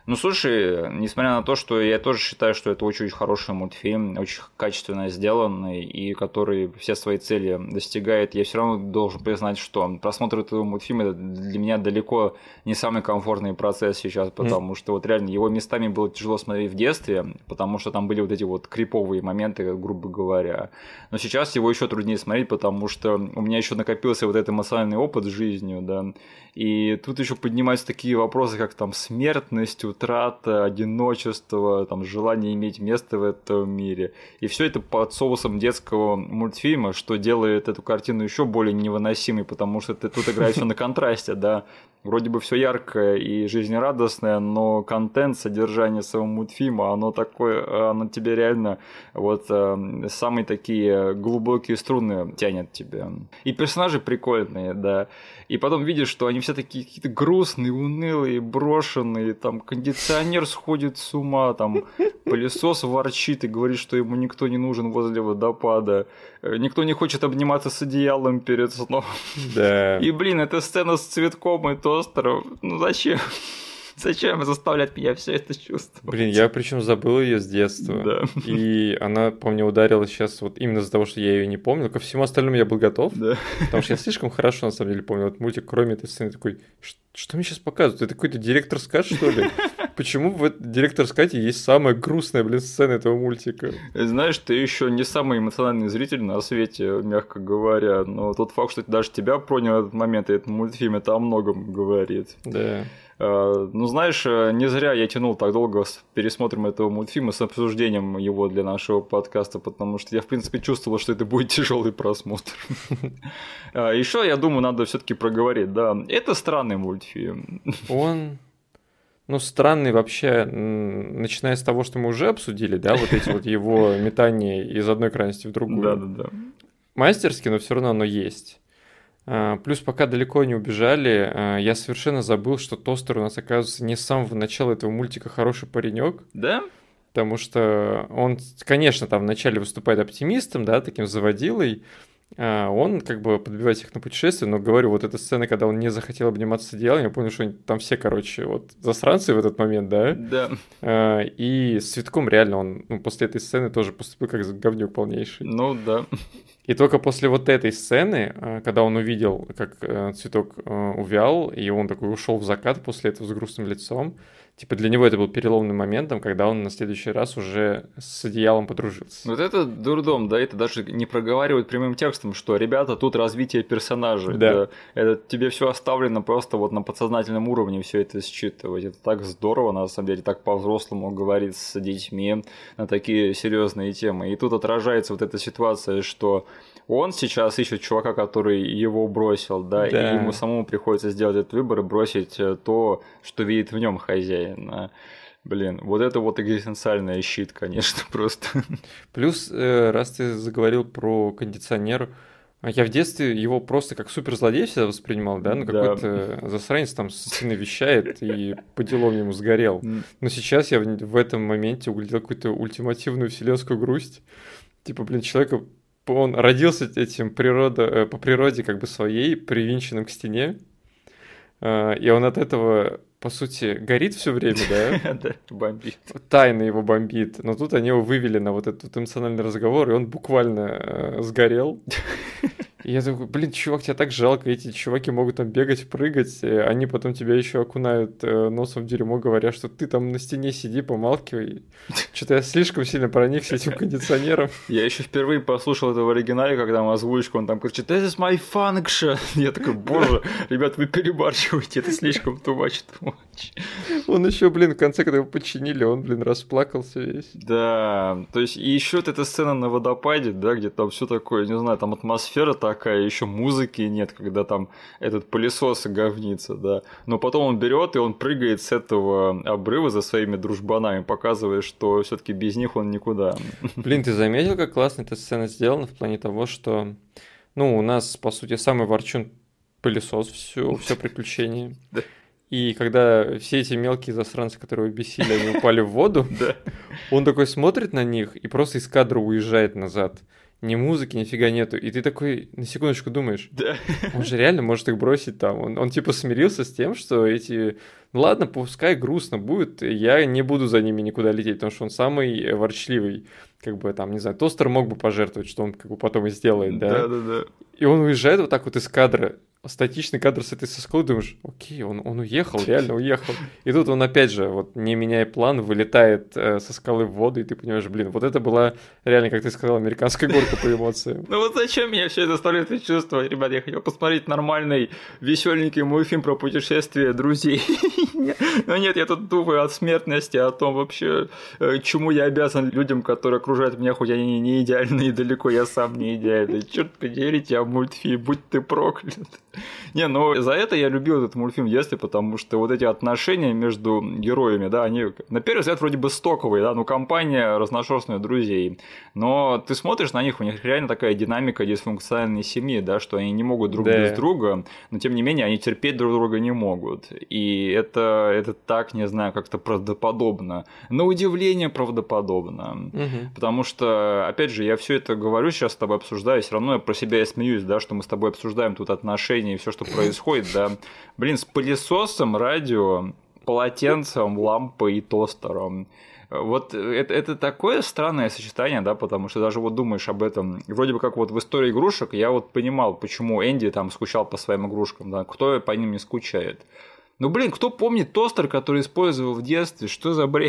C: Ну, слушай, несмотря на то, что я тоже считаю, что это очень-очень хороший мультфильм, очень качественно сделанный, и который все свои цели достигает, я все равно должен признать, что просмотр этого мультфильма это для меня далеко не самый комфортный процесс сейчас, потому mm. что вот реально его местами было тяжело смотреть в детстве, потому что там были вот эти вот криповые моменты, грубо говоря. Но сейчас его еще труднее смотреть, потому что у меня еще накопился вот этот эмоциональный опыт с жизнью, да, и тут еще поднимаются такие вопросы, как там смертность, утрата, одиночество, там, желание иметь место в этом мире. И все это под соусом детского мультфильма, что делает эту картину еще более невыносимой, потому что ты тут играешь все на контрасте, да. Вроде бы все яркое и жизнерадостное, но контент, содержание своего мультфильма, оно такое, оно тебе реально вот самые такие глубокие струны тянет тебя. И персонажи прикольные, да. И потом видишь, что они все такие какие-то грустные, унылые, брошенные, там кондиционер сходит с ума, там пылесос ворчит и говорит, что ему никто не нужен возле водопада, никто не хочет обниматься с одеялом перед сном.
B: Да.
C: И, блин, эта сцена с цветком и тостером, ну зачем? Зачем заставлять меня все это чувствовать?
B: Блин, я причем забыл ее с детства.
C: Да.
B: И она по мне ударила сейчас вот именно из-за того, что я ее не помнил. Ко всему остальному я был готов.
C: Да.
B: Потому что я слишком хорошо, на самом деле, помню вот мультик, кроме этой сцены, такой, что мне сейчас показывают? Это какой-то директор скат, что ли? Почему в директор скате есть самая грустная, блин, сцена этого мультика?
C: Знаешь, ты еще не самый эмоциональный зритель на свете, мягко говоря. Но тот факт, что даже тебя пронял этот момент и этот мультфильм, это о многом говорит.
B: Да.
C: Ну, знаешь, не зря я тянул так долго с пересмотром этого мультфильма, с обсуждением его для нашего подкаста, потому что я, в принципе, чувствовал, что это будет тяжелый просмотр. Еще, я думаю, надо все-таки проговорить, да, это странный мультфильм.
B: Он, ну, странный вообще, начиная с того, что мы уже обсудили, да, вот эти вот его метания из одной крайности в другую.
C: Да-да-да.
B: Мастерски, но все равно оно есть. Плюс пока далеко не убежали, я совершенно забыл, что Тостер у нас, оказывается, не с самого начала этого мультика хороший паренек.
C: Да?
B: Потому что он, конечно, там вначале выступает оптимистом, да, таким заводилой. Он как бы подбивает их на путешествие, но говорю, вот эта сцена, когда он не захотел обниматься с одеялом, я понял, что там все, короче, вот засранцы в этот момент, да?
C: Да.
B: И с Цветком реально он, ну, после этой сцены тоже поступил как говнюк полнейший.
C: Ну, да.
B: И только после вот этой сцены, когда он увидел, как Цветок увял, и он такой ушел в закат после этого с грустным лицом, типа для него это был переломным моментом, когда он на следующий раз уже с одеялом подружился.
C: Вот это дурдом, да, это даже не проговаривают прямым текстом, что, ребята, тут развитие персонажей.
B: Да.
C: Да. Это тебе все оставлено просто вот на подсознательном уровне все это считывать. Это так здорово, на самом деле, так по-взрослому говорить с детьми на такие серьезные темы. И тут отражается вот эта ситуация, что он сейчас ищет чувака, который его бросил, да,
B: да.
C: и ему самому приходится сделать этот выбор и бросить то, что видит в нем хозяин. Блин, вот это вот экзистенциальный щит, конечно, просто.
B: Плюс, раз ты заговорил про кондиционер, я в детстве его просто как суперзлодей всегда воспринимал, да, ну
C: да.
B: какой-то засранец там со стены вещает и по делам ему сгорел. Но сейчас я в этом моменте углядел какую-то ультимативную вселенскую грусть. Типа, блин, человека, он родился этим природа, по природе как бы своей, привинченным к стене, и он от этого, по сути, горит все время, да?
C: Да, бомбит.
B: Тайно его бомбит. Но тут они его вывели на вот этот эмоциональный разговор, и он буквально сгорел. И я такой, блин, чувак, тебя так жалко, эти чуваки могут там бегать, прыгать, они потом тебя еще окунают носом в дерьмо, говоря, что ты там на стене сиди, помалкивай. Что-то я слишком сильно проникся этим кондиционером.
C: Я еще впервые послушал это в оригинале, когда там озвучка, он там кричит «This is my function!» Я такой, боже, ребят, вы перебарщиваете, это слишком too much, too much.
B: Он еще, блин, в конце, когда его подчинили, он, блин, расплакался весь.
C: Да, то есть и еще вот эта сцена на водопаде, да, где там все такое, не знаю, там атмосфера такая, еще музыки нет, когда там этот пылесос говнится, да. Но потом он берет и он прыгает с этого обрыва за своими дружбанами, показывая, что все-таки без них он никуда.
B: Блин, ты заметил, как классно эта сцена сделана в плане того, что, ну, у нас, по сути, самый ворчун пылесос, все, все приключение. И когда все эти мелкие засранцы, которые его бесили, они упали в воду, он такой смотрит на них и просто из кадра уезжает назад. ни музыки, нифига нету. И ты такой на секундочку думаешь,
C: Да.
B: он же реально может их бросить там. Он, он типа смирился с тем, что эти... Ну ладно, пускай грустно будет, я не буду за ними никуда лететь, потому что он самый ворчливый. Как бы там, не знаю, тостер мог бы пожертвовать, что он как бы потом и сделает, да?
C: Да-да-да.
B: И он уезжает вот так вот из кадра. Статичный кадр с этой со скалы, думаешь, окей, он, он уехал, реально уехал. И тут он опять же, вот не меняя план, вылетает э, со скалы в воду, и ты понимаешь, блин, вот это была реально, как ты сказал, американская горка по эмоциям.
C: Ну вот зачем мне все это оставляет это чувство? Ребят, я хотел посмотреть нормальный, веселенький мой фильм про путешествие друзей. Но нет, я тут думаю о смертности, о том вообще, чему я обязан людям, которые окружают меня, хоть они не идеальные, далеко я сам не идеальный. Черт подери тебя, мультфильм, будь ты проклят. Не, ну за это я любил этот мультфильм в детстве, потому что вот эти отношения между героями, да, они на первый взгляд вроде бы стоковые, да, ну компания разношерстных друзей, но ты смотришь на них, у них реально такая динамика дисфункциональной семьи, да, что они не могут друг
B: Да.
C: без друга, но тем не менее они терпеть друг друга не могут, и это, это так, не знаю, как-то правдоподобно, на удивление правдоподобно,
B: Мгм.
C: потому что, опять же, я все это говорю сейчас с тобой обсуждаю, все равно я про себя и смеюсь, да, что мы с тобой обсуждаем тут отношения и все, что происходит, да. Блин, с пылесосом, радио, полотенцем, лампой и тостером. Вот это, это такое странное сочетание, да, потому что даже вот думаешь об этом. И вроде бы как вот в истории игрушек я вот понимал, почему Энди там скучал по своим игрушкам, да, кто по ним не скучает. Ну, блин, кто помнит тостер, который использовал в детстве? Что за бред?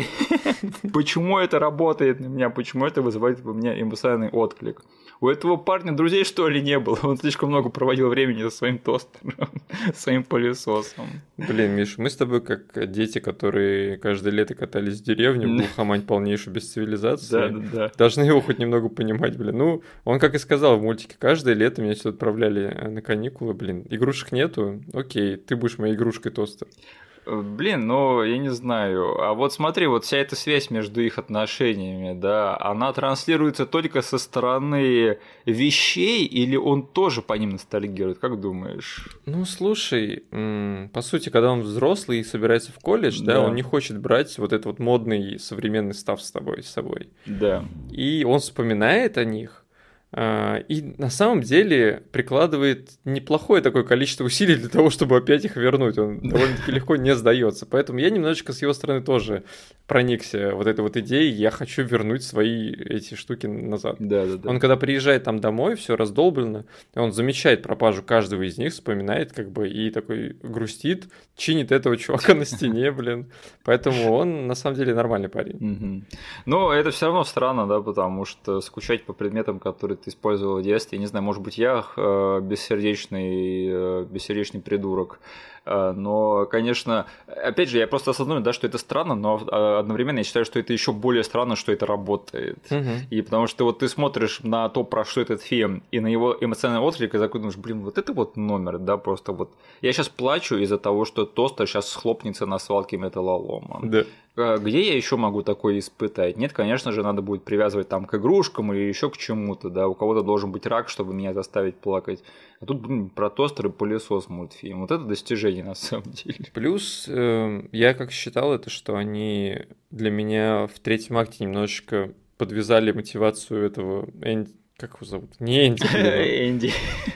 C: Почему это работает на меня? Почему это вызывает у меня эмоциональный отклик? У этого парня друзей, что ли, не было? Он слишком много проводил времени за своим тостером, своим пылесосом.
B: Блин, Миш, мы с тобой как дети, которые каждое лето катались в деревню, в глухомань полнейшую без цивилизации,
C: Да, да, да.
B: должны его хоть немного понимать, блин. Ну, он, как и сказал в мультике, каждое лето меня сюда отправляли на каникулы, блин. Игрушек нету? Окей, ты будешь моей игрушкой тостер.
C: Блин, ну, я не знаю. А вот смотри, вот вся эта связь между их отношениями, да, она транслируется только со стороны вещей, или он тоже по ним ностальгирует? Как думаешь?
B: Ну, слушай, м, по сути, когда он взрослый и собирается в колледж, да,
C: Да.
B: он не хочет брать вот этот вот модный современный став с тобой, с собой.
C: Да.
B: И он вспоминает о них, а, и на самом деле прикладывает неплохое такое количество усилий для того, чтобы опять их вернуть. Он довольно-таки легко не сдается. Поэтому я немножечко с его стороны тоже проникся вот этой вот идеей. Я хочу вернуть свои эти штуки назад.
C: Да, да, да.
B: Он когда приезжает там домой, все раздолблено, он замечает пропажу каждого из них, вспоминает как бы и такой грустит, чинит этого чувака на стене, блин. Поэтому он на самом деле нормальный парень.
C: Мгм. Но это все равно странно, да, потому что скучать по предметам, которые ты использовал в детстве, я не знаю, может быть, я э, бессердечный, э, бессердечный придурок. Э, Но, конечно, опять же, я просто осознаю, да, что это странно, но э, одновременно я считаю, что это еще более странно, что это работает.
B: Мгм.
C: И потому что вот ты смотришь на то, про что этот фильм, и на его эмоциональный отклик, и такой думаешь, блин, вот это вот номер, да, просто вот. Я сейчас плачу из-за того, что тостер сейчас схлопнется на свалке металлолома.
B: Да.
C: А где я еще могу такое испытать? Нет, конечно же, надо будет привязывать там к игрушкам или еще к чему-то, да, у кого-то должен быть рак, чтобы меня заставить плакать. А тут, блин, про тостер и пылесос мультфильм. Вот это достижение на самом деле.
B: Плюс э, я как считал это, что они для меня в третьем акте немножечко подвязали мотивацию этого Энди. Как его зовут? Не Энди, блин.
C: Энди.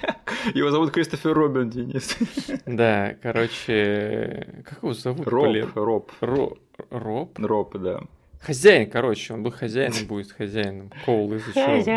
C: Его зовут Кристофер Робин, Денис.
B: Да, короче, как его зовут?
C: Роб,
B: блин?
C: Роб.
B: Ро- Роб?
C: Роб, да.
B: Хозяин, короче, он был хозяином, будет хозяином. Коул из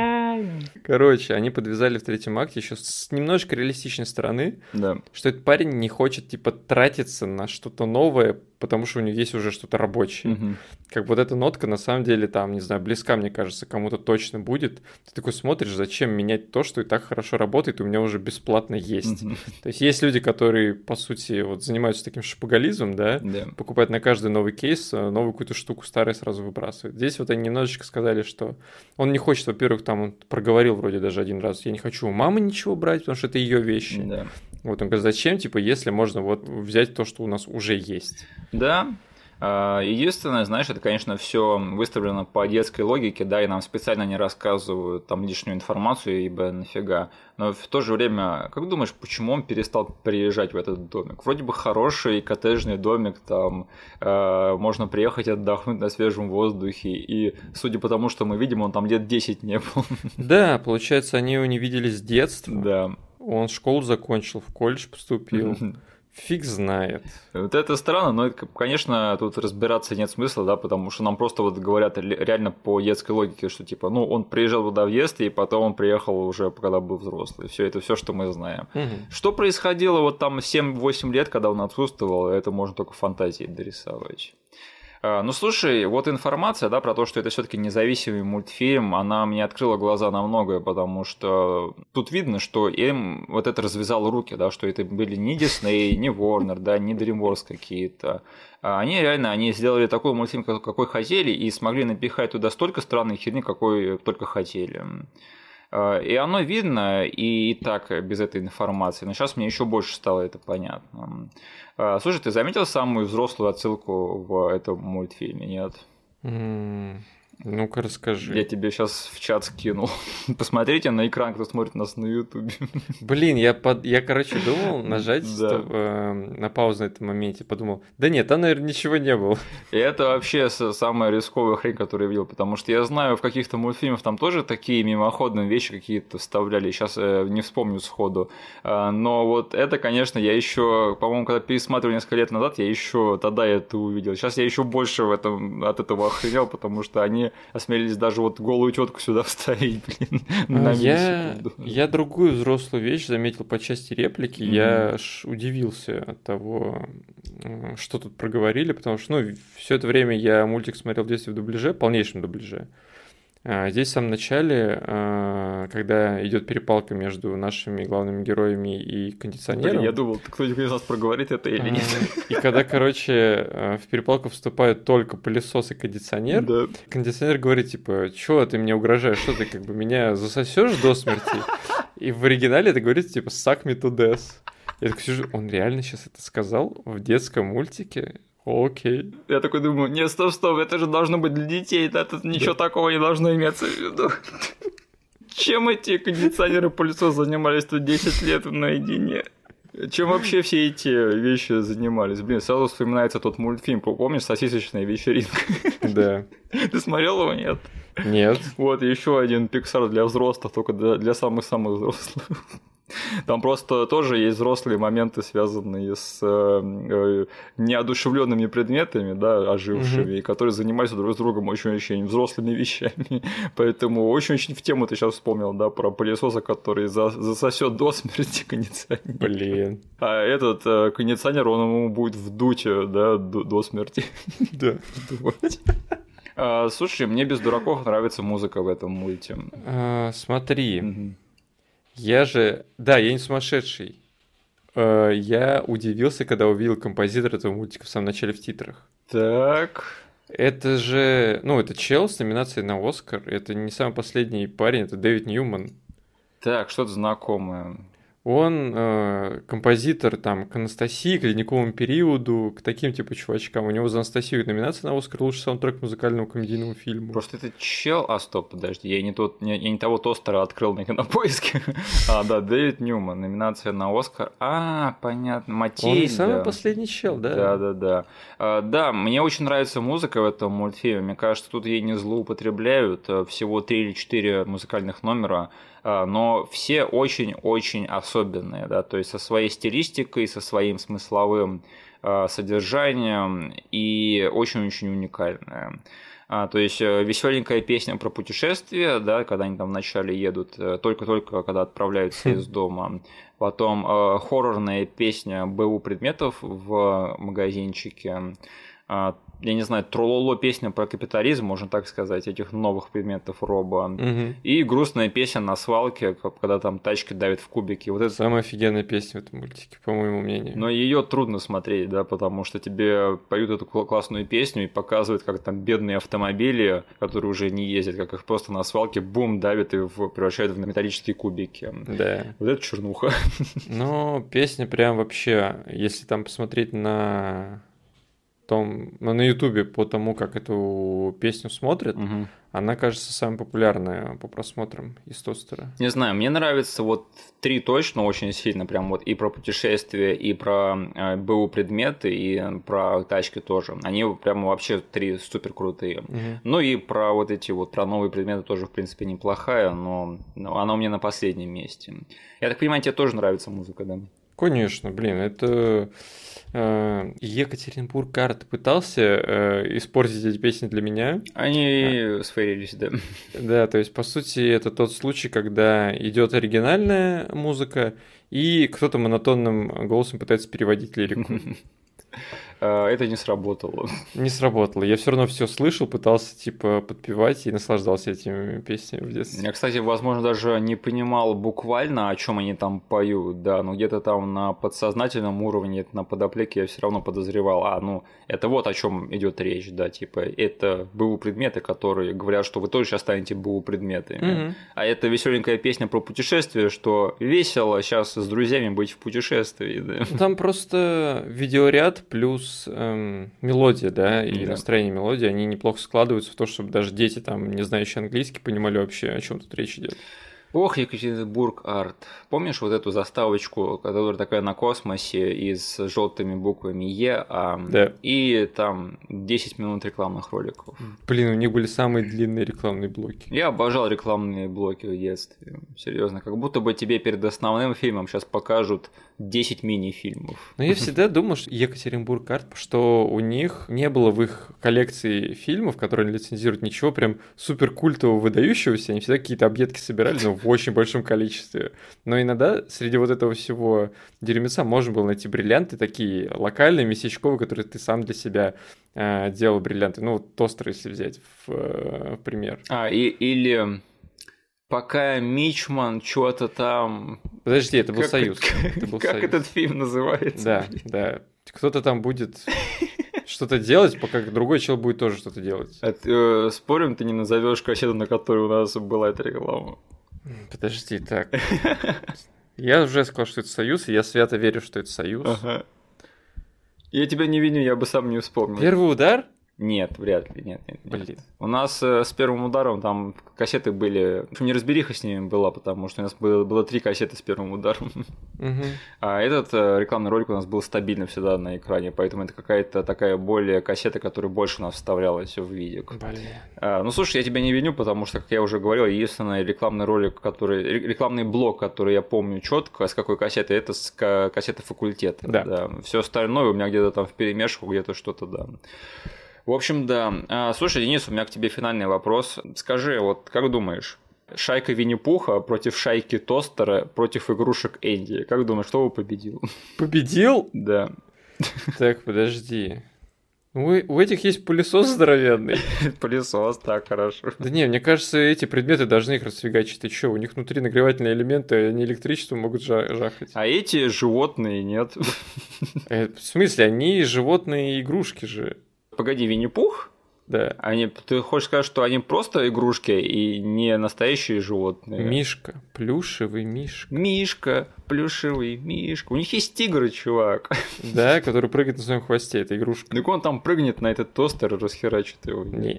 B: Короче, они подвязали в третьем акте еще с немножко реалистичной стороны,
C: Да.
B: что этот парень не хочет, типа, тратиться на что-то новое, потому что у него есть уже что-то рабочее.
C: Мгм.
B: Как вот эта нотка, на самом деле, там, не знаю, близка, мне кажется, кому-то точно будет. Ты такой смотришь, зачем менять то, что и так хорошо работает, и у меня уже бесплатно есть.
C: Мгм.
B: То есть есть люди, которые, по сути, вот занимаются таким шапоголизмом, да,
C: Да.
B: покупают на каждый новый кейс э, новую какую-то штуку, старая сразу выбрасывают. Здесь вот они немножечко сказали, что он не хочет, во-первых, там он проговорил вроде даже один раз, я не хочу у мамы ничего брать, потому что это ее вещи.
C: Да.
B: Вот он говорит, зачем, типа, если можно вот взять то, что у нас уже есть.
C: Да. Единственное, знаешь, это, конечно, все выставлено по детской логике, да, и нам специально не рассказывают там лишнюю информацию, ибо нафига. Но в то же время, как думаешь, почему он перестал приезжать в этот домик? Вроде бы хороший коттеджный домик, там э, можно приехать отдохнуть на свежем воздухе, и судя по тому, что мы видим, он там лет десять не был.
B: Да, получается, они его не видели с детства.
C: Да.
B: Он школу закончил, в колледж поступил. Фиг знает.
C: Вот это странно, но, это, конечно, тут разбираться нет смысла, да, потому что нам просто вот говорят реально по детской логике, что типа, ну, он приезжал туда в детстве, и потом он приехал уже, когда был взрослый. Все это все, что мы знаем.
B: Угу.
C: Что происходило вот там семь-восемь лет, когда он отсутствовал, это можно только фантазией дорисовать. Ну, слушай, вот информация, да, про то, что это все-таки независимый мультфильм, она мне открыла глаза на многое, потому что тут видно, что им вот это развязало руки, да, что это были не Disney, не Warner, да, не DreamWorks какие-то. Они реально, они сделали такой мультфильм, какой хотели, и смогли напихать туда столько странной херни, какой только хотели. И оно видно и так без этой информации, но сейчас мне еще больше стало это понятно. Слушай, ты заметил самую взрослую отсылку в этом мультфильме, нет?
B: Mm. Ну-ка, расскажи.
C: Я тебе сейчас в чат скинул. Посмотрите на экран, кто смотрит нас на Ютубе.
B: Блин, я, под... я короче, думал нажать да. стоп, э, на паузу на этом моменте. Подумал, да нет, там, наверное, ничего не было.
C: И это вообще самая рисковая хрень, которую я видел. Потому что я знаю, в каких-то мультфильмах там тоже такие мимоходные вещи какие-то вставляли. Сейчас э, не вспомню сходу. Э, но вот это, конечно, я еще, по-моему, когда пересматривал несколько лет назад, я еще тогда это увидел. Сейчас я еще больше в этом, от этого охренел, потому что они осмелились даже вот голую тетку сюда вставить, блин.
B: На я, я другую взрослую вещь заметил по части реплики. Mm-hmm. Я аж удивился от того, что тут проговорили, потому что, ну, все это время я мультик смотрел в детстве в дубляже, полнейшем дубляже. А здесь в самом начале, когда идет перепалка между нашими главными героями и кондиционером.
C: Я думал, кто-нибудь из нас проговорит это или нет.
B: И когда, короче, в перепалку вступают только пылесос и кондиционер, да. Кондиционер говорит, типа, чё ты мне угрожаешь, что ты как бы меня засосешь до смерти? И в оригинале это говорится, типа, suck me to death. Я такой сижу, он реально сейчас это сказал в детском мультике? Окей.
C: Я такой думаю, нет, стоп, стоп, это же должно быть для детей, да, тут ничего да. такого не должно иметься в виду. Чем эти кондиционеры пылесос занимались тут десять лет наедине? Чем вообще все эти вещи занимались? Блин, сразу вспоминается тот мультфильм, помнишь, «Сосисочная вечеринка»?
B: Да.
C: Ты смотрел его, нет?
B: Нет.
C: Вот, еще один Pixar для взрослых, только для самых-самых взрослых. Там просто тоже есть взрослые моменты, связанные с э, неодушевленными предметами, да, ожившими, mm-hmm. которые занимаются друг с другом очень-очень взрослыми вещами. Поэтому очень-очень в тему ты сейчас вспомнил, да, про пылесоса, который за- засосет до смерти кондиционер.
B: Блин.
C: А этот э, кондиционер, он ему будет вдуть, да, до, до смерти.
B: Да.
C: а, слушай, мне без дураков нравится музыка в этом мульте.
B: А, смотри. Mm-hmm. Я же... Да, я не сумасшедший. Я удивился, когда увидел композитора этого мультика в самом начале в титрах.
C: Так...
B: Это же... Ну, это чел с номинацией на Оскар. Это не самый последний парень, это Дэвид Ньюман.
C: Так, что-то знакомое.
B: Он э, композитор там к «Анастасии», к «Ледниковому периоду», к таким типа чувачкам. У него за «Анастасию» номинация на «Оскар» лучший саундтрек музыкальному комедийному фильму.
C: Просто это чел... А, стоп, подожди, я не, тот, не, я не того тостера открыл на Кинопоиске. А, да, Дэвид Ньюман, номинация на «Оскар». А, понятно, Матильда.
B: Он не самый последний чел, да?
C: Да, да, да. А, да, мне очень нравится музыка в этом мультфильме. Мне кажется, тут ей не злоупотребляют. Всего три или четыре музыкальных номера. Но все очень-очень особенные, да, то есть со своей стилистикой, со своим смысловым э, содержанием и очень-очень уникальные. А, то есть веселенькая песня про путешествие, да, когда они там вначале едут, только-только когда отправляются из дома. Потом э, хоррорная песня БУ предметов в магазинчике. А, я не знаю, трололо песня про капитализм, можно так сказать, этих новых предметов роба.
B: Угу.
C: И грустная песня на свалке, когда там тачки давят в кубики. Вот это...
B: Самая офигенная песня в этом мультике, по моему мнению.
C: Но ее трудно смотреть, да, потому что тебе поют эту классную песню и показывают, как там бедные автомобили, которые уже не ездят, как их просто на свалке бум давят и в... превращают в металлические кубики.
B: Да.
C: Вот это чернуха.
B: Ну, песня прям вообще, если там посмотреть на... том, ну, на Ютубе по тому, как эту песню смотрят,
C: Мгм.
B: она кажется самой популярной по просмотрам из тостера.
C: Не знаю, мне нравится вот три точно очень сильно, прям вот и про путешествия, и про э, БУ предметы, и про тачки тоже. Они прямо вообще три супер крутые.
B: Мгм.
C: Ну и про вот эти вот про новые предметы тоже, в принципе, неплохая, но, но она у меня на последнем месте. Я так понимаю, тебе тоже нравится музыка, да?
B: Конечно, блин, это э, Екатеринбург карт пытался э, испортить эти песни для меня.
C: Они сферились, да.
B: Да, то есть, по сути, это тот случай, когда идет оригинальная музыка, и кто-то монотонным голосом пытается переводить лирику.
C: А, Это не сработало.
B: Не сработало. Я все равно все слышал, пытался типа подпевать и наслаждался этими песнями в детстве.
C: Я, кстати, возможно, даже не понимал буквально, о чем они там поют, да, но где-то там на подсознательном уровне, на подоплеке я все равно подозревал, а, ну, это вот о чем идет речь, да, типа, это БУ предметы, которые говорят, что вы тоже сейчас станете БУ предметами.
B: Мгм.
C: А это веселенькая песня про путешествие, что весело сейчас с друзьями быть в путешествии, да.
B: Там просто видеоряд плюс эм, мелодия, да, и
C: Да.
B: настроение мелодии, они неплохо складываются в то, чтобы даже дети, там, не знающие английский, понимали вообще, о чем тут речь идет.
C: Ох, Екатеринбург арт. Помнишь вот эту заставочку, которая такая на космосе и с желтыми буквами Е, а,
B: Да.
C: и там десять минут рекламных роликов.
B: Блин, у них были самые длинные рекламные блоки.
C: Я обожал рекламные блоки в детстве. Серьезно, как будто бы тебе перед основным фильмом сейчас покажут десять мини-фильмов.
B: Но я всегда думал, что Екатеринбург арт, что у них не было в их коллекции фильмов, которые они лицензируют, ничего прям супер культового, выдающегося. Они всегда какие-то объедки собирали, но в очень большом количестве. Но иногда среди вот этого всего дерьмеца можно было найти бриллианты такие локальные, местечковые, которые ты сам для себя э, делал бриллианты. Ну, вот тостер, если взять в, э, в пример.
C: А, и, или пока Мичман что-то там...
B: Подожди, это был
C: Как-
B: Союз. Это был
C: как
B: Союз.
C: этот фильм называется?
B: Да, да. Кто-то там будет что-то делать, пока другой человек будет тоже что-то делать.
C: А ты, э, спорим, ты не назовешь кассету, на которой у нас была эта реклама?
B: Подожди, так. Я уже сказал, что это Союз, и я свято верю, что это Союз.
C: Ага. Я тебя не виню, я бы сам не вспомнил.
B: Первый удар?
C: Нет, вряд ли, нет, нет. нет.
B: Блин.
C: У нас э, с первым ударом там кассеты были... В общем, неразбериха с ними была, потому что у нас было, было три кассеты с первым ударом.
B: Мгм.
C: А этот э, рекламный ролик у нас был стабильно всегда на экране, поэтому это какая-то такая более кассета, которая больше у нас вставлялась в видик.
B: Блин.
C: А, ну, слушай, я тебя не виню, потому что, как я уже говорил, единственный рекламный ролик, который... ре- Рекламный блок, который я помню четко, с какой кассеты, это с ка- кассеты факультета.
B: Да.
C: Все остальное у меня где-то там вперемешку, где-то что-то, да. В общем, да. А, слушай, Денис, у меня к тебе финальный вопрос. Скажи, вот как думаешь, шайка Винни-Пуха против шайки Тостера против игрушек Энди? Как думаешь, кто бы победил?
B: Победил?
C: Да.
B: Так, подожди. У, у этих есть пылесос здоровенный.
C: Пылесос, так, хорошо.
B: Да не, мне кажется, эти предметы должны их расфигачить. Ты чё, у них внутри нагревательные элементы, они электричеством могут жа- жахать.
C: А эти животные нет.
B: Э, в смысле, они животные игрушки же.
C: Погоди, Винни-Пух?
B: Да.
C: Они, ты хочешь сказать, что они просто игрушки и не настоящие животные?
B: Мишка, плюшевый мишка.
C: Мишка, плюшевый мишка. У них есть тигры, чувак.
B: Да, который прыгает на своем хвосте, это игрушка.
C: Так он там прыгнет на этот тостер и расхерачит его.
B: Не,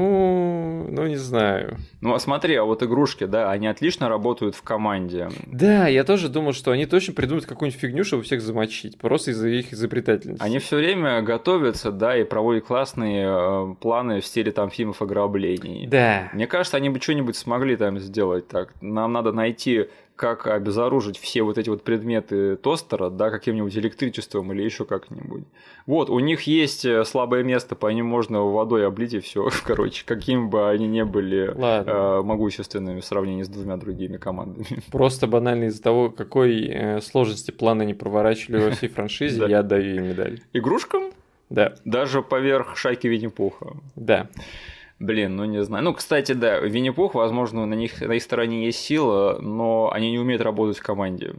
B: ну, ну не знаю.
C: Ну, а смотри, а вот игрушки, да, они отлично работают в команде.
B: Да, я тоже думал, что они точно придумают какую-нибудь фигню, чтобы всех замочить, просто из-за их изобретательности.
C: Они все время готовятся, да, и проводят классные э, планы в стиле там фильмов ограблений.
B: Да.
C: Мне кажется, они бы что-нибудь смогли там сделать так. Нам надо найти, как обезоружить все вот эти вот предметы тостера, да, каким-нибудь электричеством или еще как-нибудь. Вот, у них есть слабое место, по ним можно водой облить и все. Короче, каким бы они ни были
B: Ладно.
C: э, могущественными в сравнении с двумя другими командами.
B: Просто банально из-за того, какой э, сложности плана они проворачивали во всей франшизе,
C: Да.
B: я отдаю им медаль.
C: Игрушкам?
B: Да,
C: Даже поверх шайки Винни-Пуха.
B: да.
C: Блин, ну не знаю. Ну, кстати, да, Винни-Пух, возможно, на них на их стороне есть сила, но они не умеют работать в команде.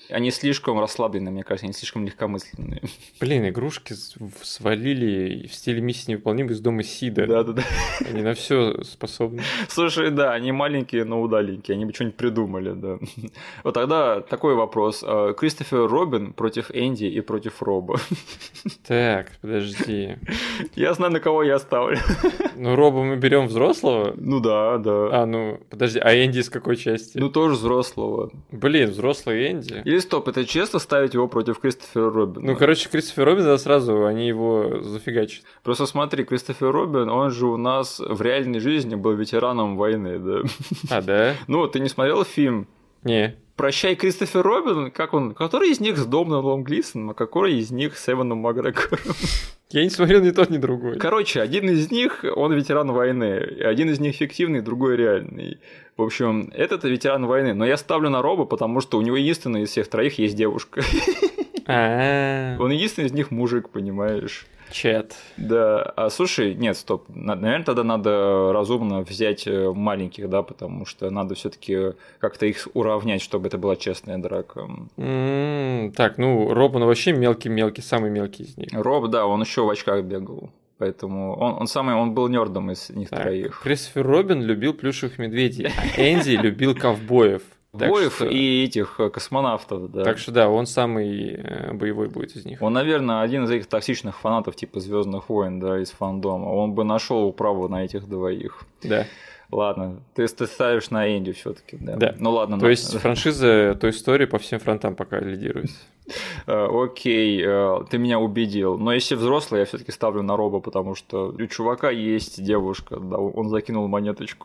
C: Они слишком расслаблены, мне кажется, они слишком легкомысленные.
B: Блин, игрушки свалили в стиле миссии невыполнимой из дома Сида.
C: Да-да-да.
B: Они на все способны.
C: Слушай, да, они маленькие, но удаленькие, они бы что-нибудь придумали, да. Вот тогда такой вопрос. Кристофер Робин против Энди и против Роба.
B: Так, подожди.
C: Я знаю, на кого я ставлю.
B: Ну, Роба мы берем взрослого?
C: Ну да, да.
B: А, ну, подожди, а Энди из какой части?
C: Ну, тоже взрослого.
B: Блин, взрослый Энди.
C: Или стоп, это честно ставить его против Кристофера Робина?
B: Ну, короче, Кристофер Робин, да, сразу они его зафигачат.
C: Просто смотри, Кристофер Робин, он же у нас в реальной жизни был ветераном войны, да?
B: А, да?
C: Ну, ты не смотрел фильм?
B: Не.
C: «Прощай, Кристофер Робин», как он, который из них с Домином Глисоном, а какой из них с Эваном Макгрегором?
B: Я не смотрел ни тот, ни другой.
C: Короче, один из них, он ветеран войны, один из них фиктивный, другой реальный. В общем, этот ветеран войны, но я ставлю на Роба, потому что у него единственный из всех троих есть девушка.
B: А-а-а.
C: Он единственный из них мужик, понимаешь?
B: Чет.
C: Да, а слушай, нет, стоп, наверное, тогда надо разумно взять маленьких, да, потому что надо все-таки как-то их уравнять, чтобы это была честная драка.
B: М, Так, ну, Роб, он вообще мелкий-мелкий, самый мелкий из них.
C: Роб, да, он еще в очках бегал, поэтому он, он самый, он был нердом из них
B: Так,
C: троих.
B: Кристофер Робин любил плюшевых медведей, а Энди любил ковбоев. Так
C: Боев
B: что-
C: и этих э, космонавтов, да.
B: Так что да, он самый э, боевой будет из них.
C: Он, наверное, один из этих токсичных фанатов типа Звездных войн, да, из фандома. Он бы нашел управу на этих двоих.
B: Да.
C: Ладно, ты, ты ставишь на Энди все-таки, да.
B: Да.
C: Ну ладно,
B: То
C: на-
B: есть франшиза Той Story по всем фронтам пока лидирует.
C: Э, Окей, э, ты меня убедил. Но если взрослый, я все-таки ставлю на Роба, потому что у чувака есть девушка, да, он закинул монеточку.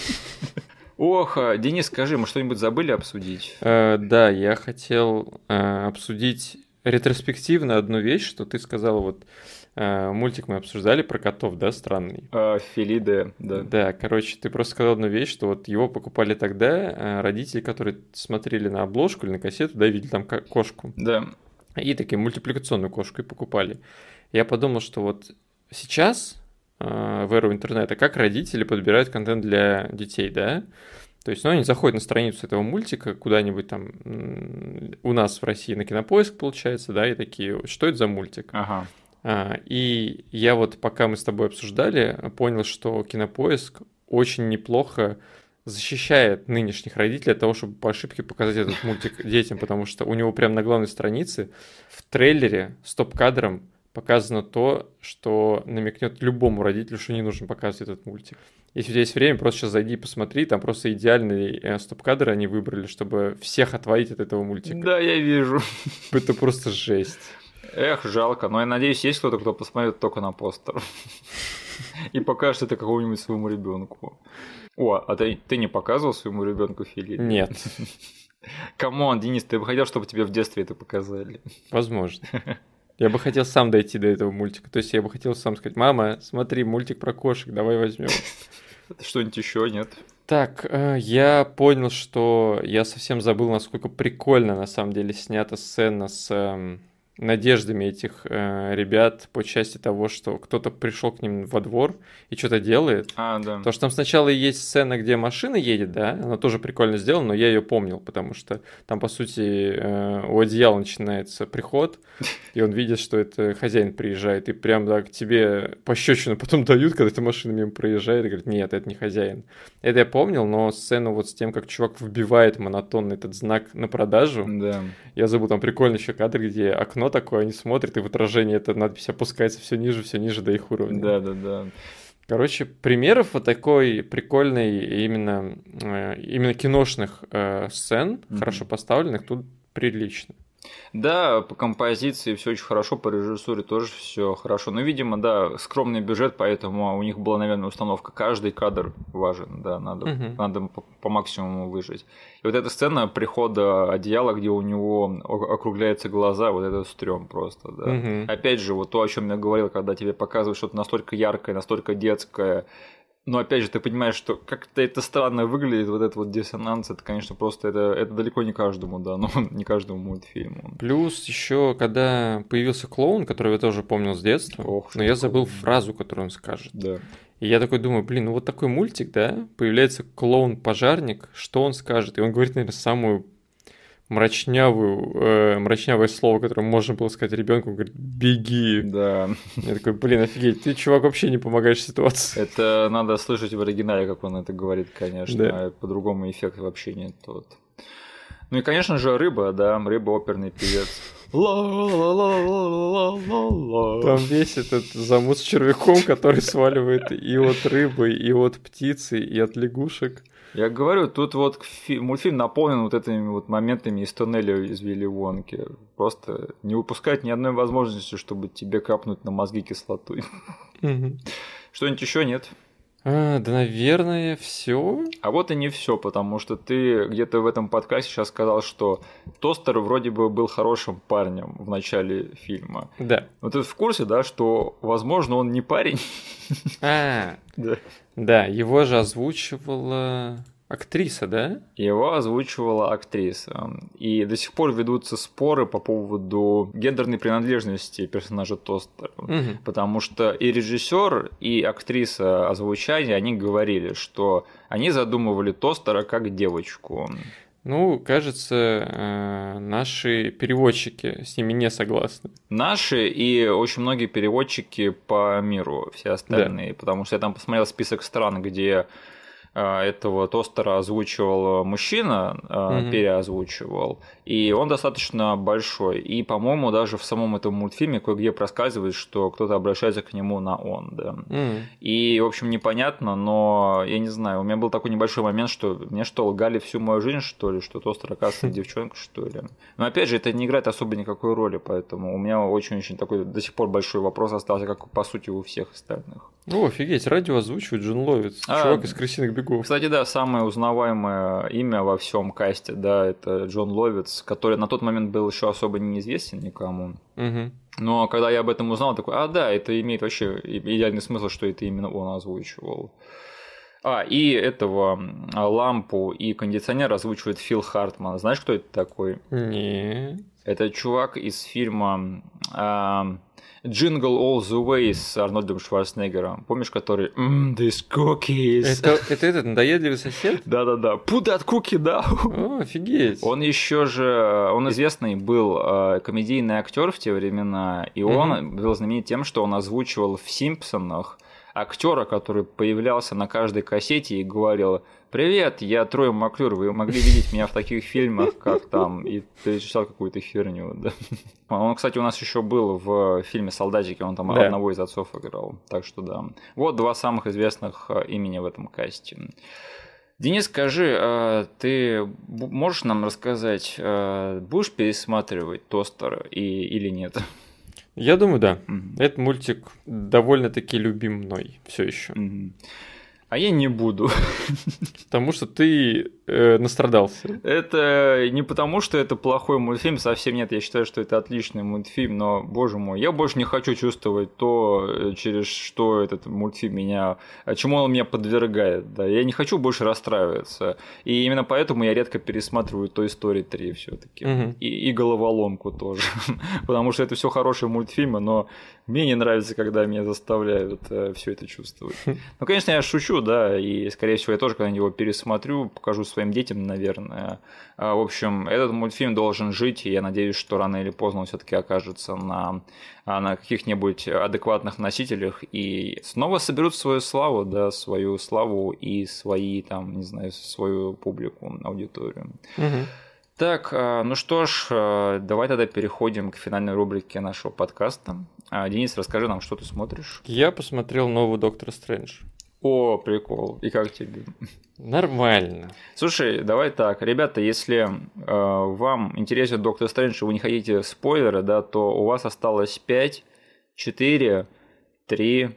C: Ох, а, Денис, скажи, мы что-нибудь забыли обсудить?
B: Э, Да, я хотел э, обсудить ретроспективно одну вещь, что ты сказал, вот э, мультик мы обсуждали про котов, да, странный.
C: Э, Фелиде, да.
B: Да, короче, ты просто сказал одну вещь, что вот его покупали тогда э, родители, которые смотрели на обложку или на кассету, да, видели там ко- кошку,
C: Да.
B: и такие мультипликационную кошку и покупали. Я подумал, что вот сейчас, э, в эру интернета, как родители подбирают контент для детей, да? То есть, ну, они заходят на страницу этого мультика куда-нибудь там м, у нас в России на Кинопоиск, получается, да, и такие, что это за мультик?
C: Ага.
B: А, и я вот, пока мы с тобой обсуждали, понял, что Кинопоиск очень неплохо защищает нынешних родителей от того, чтобы по ошибке показать этот мультик детям, потому что у него прямо на главной странице в трейлере стоп-кадром показано то, что намекнет любому родителю, что не нужно показывать этот мультик. Если у тебя есть время, просто сейчас зайди и посмотри, там просто идеальный э, стоп-кадр они выбрали, чтобы всех отводить от этого мультика.
C: Да, я вижу.
B: Это просто жесть.
C: Эх, жалко. Но я надеюсь, есть кто-то, кто посмотрит только на постер. И покажет это какому-нибудь своему ребенку. О, а ты, ты не показывал своему ребенку Филипп?
B: Нет,
C: Камон, Денис, ты бы хотел, чтобы тебе в детстве это показали?
B: возможно. Я бы хотел сам дойти до этого мультика. То есть я бы хотел сам сказать: мама, смотри, мультик про кошек, давай возьмем.
C: Что-нибудь еще нет?
B: Так, э, я понял, что я совсем забыл, насколько прикольно на самом деле снята сцена с эм, надеждами этих э, ребят по части того, что кто-то пришел к ним во двор и что-то делает.
C: А, да.
B: Потому что там сначала есть сцена, где машина едет, да, она тоже прикольно сделана, но я ее помнил, потому что там, по сути, э, у одеяла начинается приход, и он видит, что это хозяин приезжает, и прям так тебе пощечину потом дают, когда эта машина мимо проезжает, и говорит: нет, это не хозяин. Это я помнил, но сцену вот с тем, как чувак вбивает монотонно этот знак на продажу,
C: Да.
B: я забыл, там прикольный еще кадр, где окно такое, они смотрят, и в отражении эта надпись опускается все ниже, все ниже до их уровня.
C: Да, да, да.
B: Короче, примеров вот такой прикольной именно, э, именно киношных э, сцен,
C: Мгм.
B: хорошо поставленных, тут прилично.
C: Да, по композиции все очень хорошо, по режиссуре тоже все хорошо. Но, видимо, да, скромный бюджет, поэтому у них была, наверное, установка: каждый кадр важен, да, надо,
B: Мгм.
C: надо по, по максимуму выжить. И вот эта сцена прихода одеяла, где у него о- округляются глаза, вот это стрём просто, да.
B: Мгм.
C: Опять же, вот то, о чем я говорил, когда тебе показывают что-то настолько яркое, настолько детское. Но опять же, ты понимаешь, что как-то это странно выглядит, вот этот вот диссонанс, это, конечно, просто это, это далеко не каждому, да, но не каждому мультфильму.
B: Плюс еще, когда появился клоун, которого я тоже помнил с детства,
C: Ох,
B: но я
C: что
B: забыл
C: такое.
B: фразу, которую он скажет.
C: Да.
B: И я такой думаю: блин, ну вот такой мультик, да, появляется клоун-пожарник, что он скажет? И он говорит, наверное, самую мрачнявую, э, мрачнявое слово, которое можно было сказать ребенку, говорит, беги.
C: Да.
B: Я такой, блин, офигеть, ты, чувак, вообще не помогаешь ситуации.
C: Это надо слышать в оригинале, как он это говорит, конечно,
B: Да.
C: а по-другому эффект вообще не тот. Ну и, конечно же, рыба, да, рыба оперный певец. Ла-ла-ла-ла-ла-ла-ла.
B: Там весь этот замут с червяком, который сваливает и от рыбы, и от птицы, и от лягушек.
C: Я говорю, тут вот фи- мультфильм наполнен вот этими вот моментами из туннеля из Вилли Вонки. Просто не упускать ни одной возможности, чтобы тебе капнуть на мозги кислотой.
B: Мгм.
C: Что-нибудь еще нет?
B: А, да, наверное, все.
C: А вот и не все, потому что ты где-то в этом подкасте сейчас сказал, что Тостер вроде бы был хорошим парнем в начале фильма.
B: Да.
C: Вот ты в курсе, да, что, возможно, он не парень?
B: А,
C: Да.
B: да, его же озвучивала актриса, да?
C: Его озвучивала актриса. И до сих пор ведутся споры по поводу гендерной принадлежности персонажа Тостера.
B: Мгм.
C: Потому что и режиссер, и актриса озвучания, они говорили, что они задумывали Тостера как девочку.
B: Ну, кажется, э, наши переводчики с ними не согласны.
C: Наши и очень многие переводчики по миру, все остальные. Потому что я там посмотрел список стран, где а, этого Тостера озвучивал мужчина, а,
B: Мгм.
C: переозвучивал, и он достаточно большой. И, по-моему, даже в самом этом мультфильме кое-где проскальзывает, что кто-то обращается к нему на «он», да.
B: М.
C: И, в общем, непонятно, но я не знаю, у меня был такой небольшой момент, что мне что, лгали всю мою жизнь, что ли, что Тостер, оказывается, девчонка, что ли. Но, опять же, это не играет особо никакой роли, поэтому у меня очень-очень такой до сих пор большой вопрос остался, как, по сути, у всех остальных.
B: О, офигеть, радио озвучивает Джон Ловец,
C: А,
B: чувак из «Крысиных бегов».
C: Кстати, да, самое узнаваемое имя во всем касте, да, это Джон Ловец, который на тот момент был еще особо неизвестен никому.
B: Мгм.
C: Но когда я об этом узнал, такой, а да, это имеет вообще идеальный смысл, что это именно он озвучивал. А, и этого а, лампу и кондиционер озвучивает Фил Хартман. Знаешь, кто это такой?
B: Не.
C: Это чувак из фильма а, Jingle All the Way с Арнольдом Шварценеггером. Помнишь, который «Mmm, these cookies».
B: Это, это этот надоедливый сосед?
C: Да-да-да. Put that cookie down.
B: О, офигеть.
C: Он еще же, он известный был э, комедийный актер в те времена, и он
B: Мгм.
C: был знаменит тем, что он озвучивал в «Симпсонах» актера, который появлялся на каждой кассете и говорил: «Привет, я Трой Маклюр, вы могли видеть меня в таких фильмах, как там», и перечислял какую-то херню. Да. Он, кстати, у нас еще был в фильме «Солдатики», он там
B: Да.
C: одного из отцов играл, так что да. Вот два самых известных э, имени в этом касте. Денис, скажи, а ты б- можешь нам рассказать, а, будешь пересматривать «Тостер» и, или нет?
B: Я думаю, да.
C: Мгм.
B: Этот мультик довольно-таки любим мной все еще.
C: Мгм. А я не буду.
B: Потому что ты э, настрадался.
C: Это не потому, что это плохой мультфильм, совсем нет. Я считаю, что это отличный мультфильм, но, боже мой, я больше не хочу чувствовать то, э, через что этот мультфильм меня, а чему он меня подвергает. Да. Я не хочу больше расстраиваться. И именно поэтому я редко пересматриваю Toy Story три все-таки.
B: Мгм.
C: И, и головоломку тоже. Потому что это все хорошие мультфильмы, но мне не нравится, когда меня заставляют все это чувствовать. Ну, конечно, я шучу, да, и, скорее всего, я тоже когда-нибудь его пересмотрю, покажу своим детям, наверное. А, В общем, этот мультфильм должен жить, и я надеюсь, что рано или поздно он все-таки окажется на, а, на каких-нибудь адекватных носителях и снова соберут свою славу, да, свою славу и свои, там, не знаю, свою публику, аудиторию.
B: Мгм.
C: Так, а, ну что ж, а, давай тогда переходим к финальной рубрике нашего подкаста. А, Денис, расскажи нам, что ты смотришь.
B: Я посмотрел нового Доктора Стрэндж.
C: О, прикол. И как тебе?
B: Нормально.
C: Слушай, давай так, ребята, если э, вам интересен Доктор Стрэндж, и вы не хотите спойлеры, да, то у вас осталось пять, четыре, три,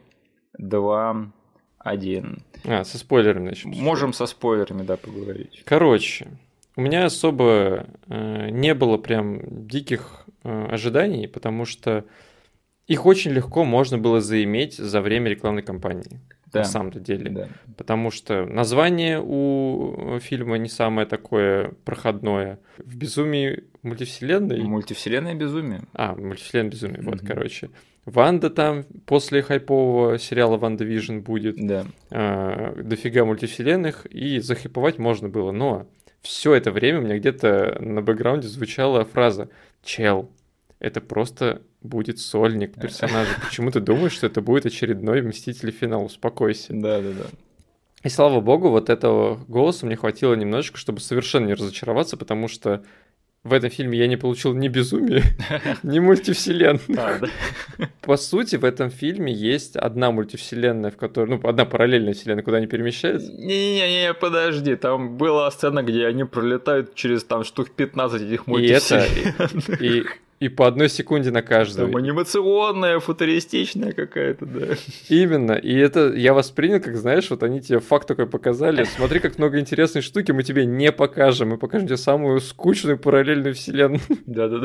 C: два, один.
B: А, со спойлерами начнем.
C: Можем со спойлерами, да, поговорить.
B: Короче, у меня особо э, не было прям диких э, ожиданий, потому что их очень легко можно было заиметь за время рекламной кампании.
C: Да.
B: На самом-то деле.
C: Да.
B: Потому что название у фильма не самое такое проходное. В безумии мультивселенной.
C: Мультивселенная безумие.
B: А, мультивселенная безумие, вот,
C: Мгм.
B: короче. Ванда там после хайпового сериала «Ванда Вижн» будет.
C: Да.
B: а, дофига мультивселенных, и захиповать можно было. Но все это время у меня где-то на бэкграунде звучала фраза «Чел, это просто будет сольник персонажа. Почему ты думаешь, что это будет очередной Мстители финал? Успокойся».
C: Да-да-да.
B: И слава богу, вот этого голоса мне хватило немножечко, чтобы совершенно не разочароваться, потому что в этом фильме я не получил ни безумия, ни мультивселенной. По сути, в этом фильме есть одна мультивселенная, в которой, ну, одна параллельная вселенная, куда они перемещаются.
C: Не-не-не, подожди, там была сцена, где они пролетают через там штук пятнадцать этих мультивселенных.
B: И это, и, и по одной секунде на каждую.
C: Там анимационная, футуристичная какая-то, да.
B: Именно. И это я воспринял, как, знаешь, вот они тебе факт такой показали. Смотри, как много интересной штуки мы тебе не покажем. Мы покажем тебе самую скучную параллельную вселенную.
C: Да-да-да.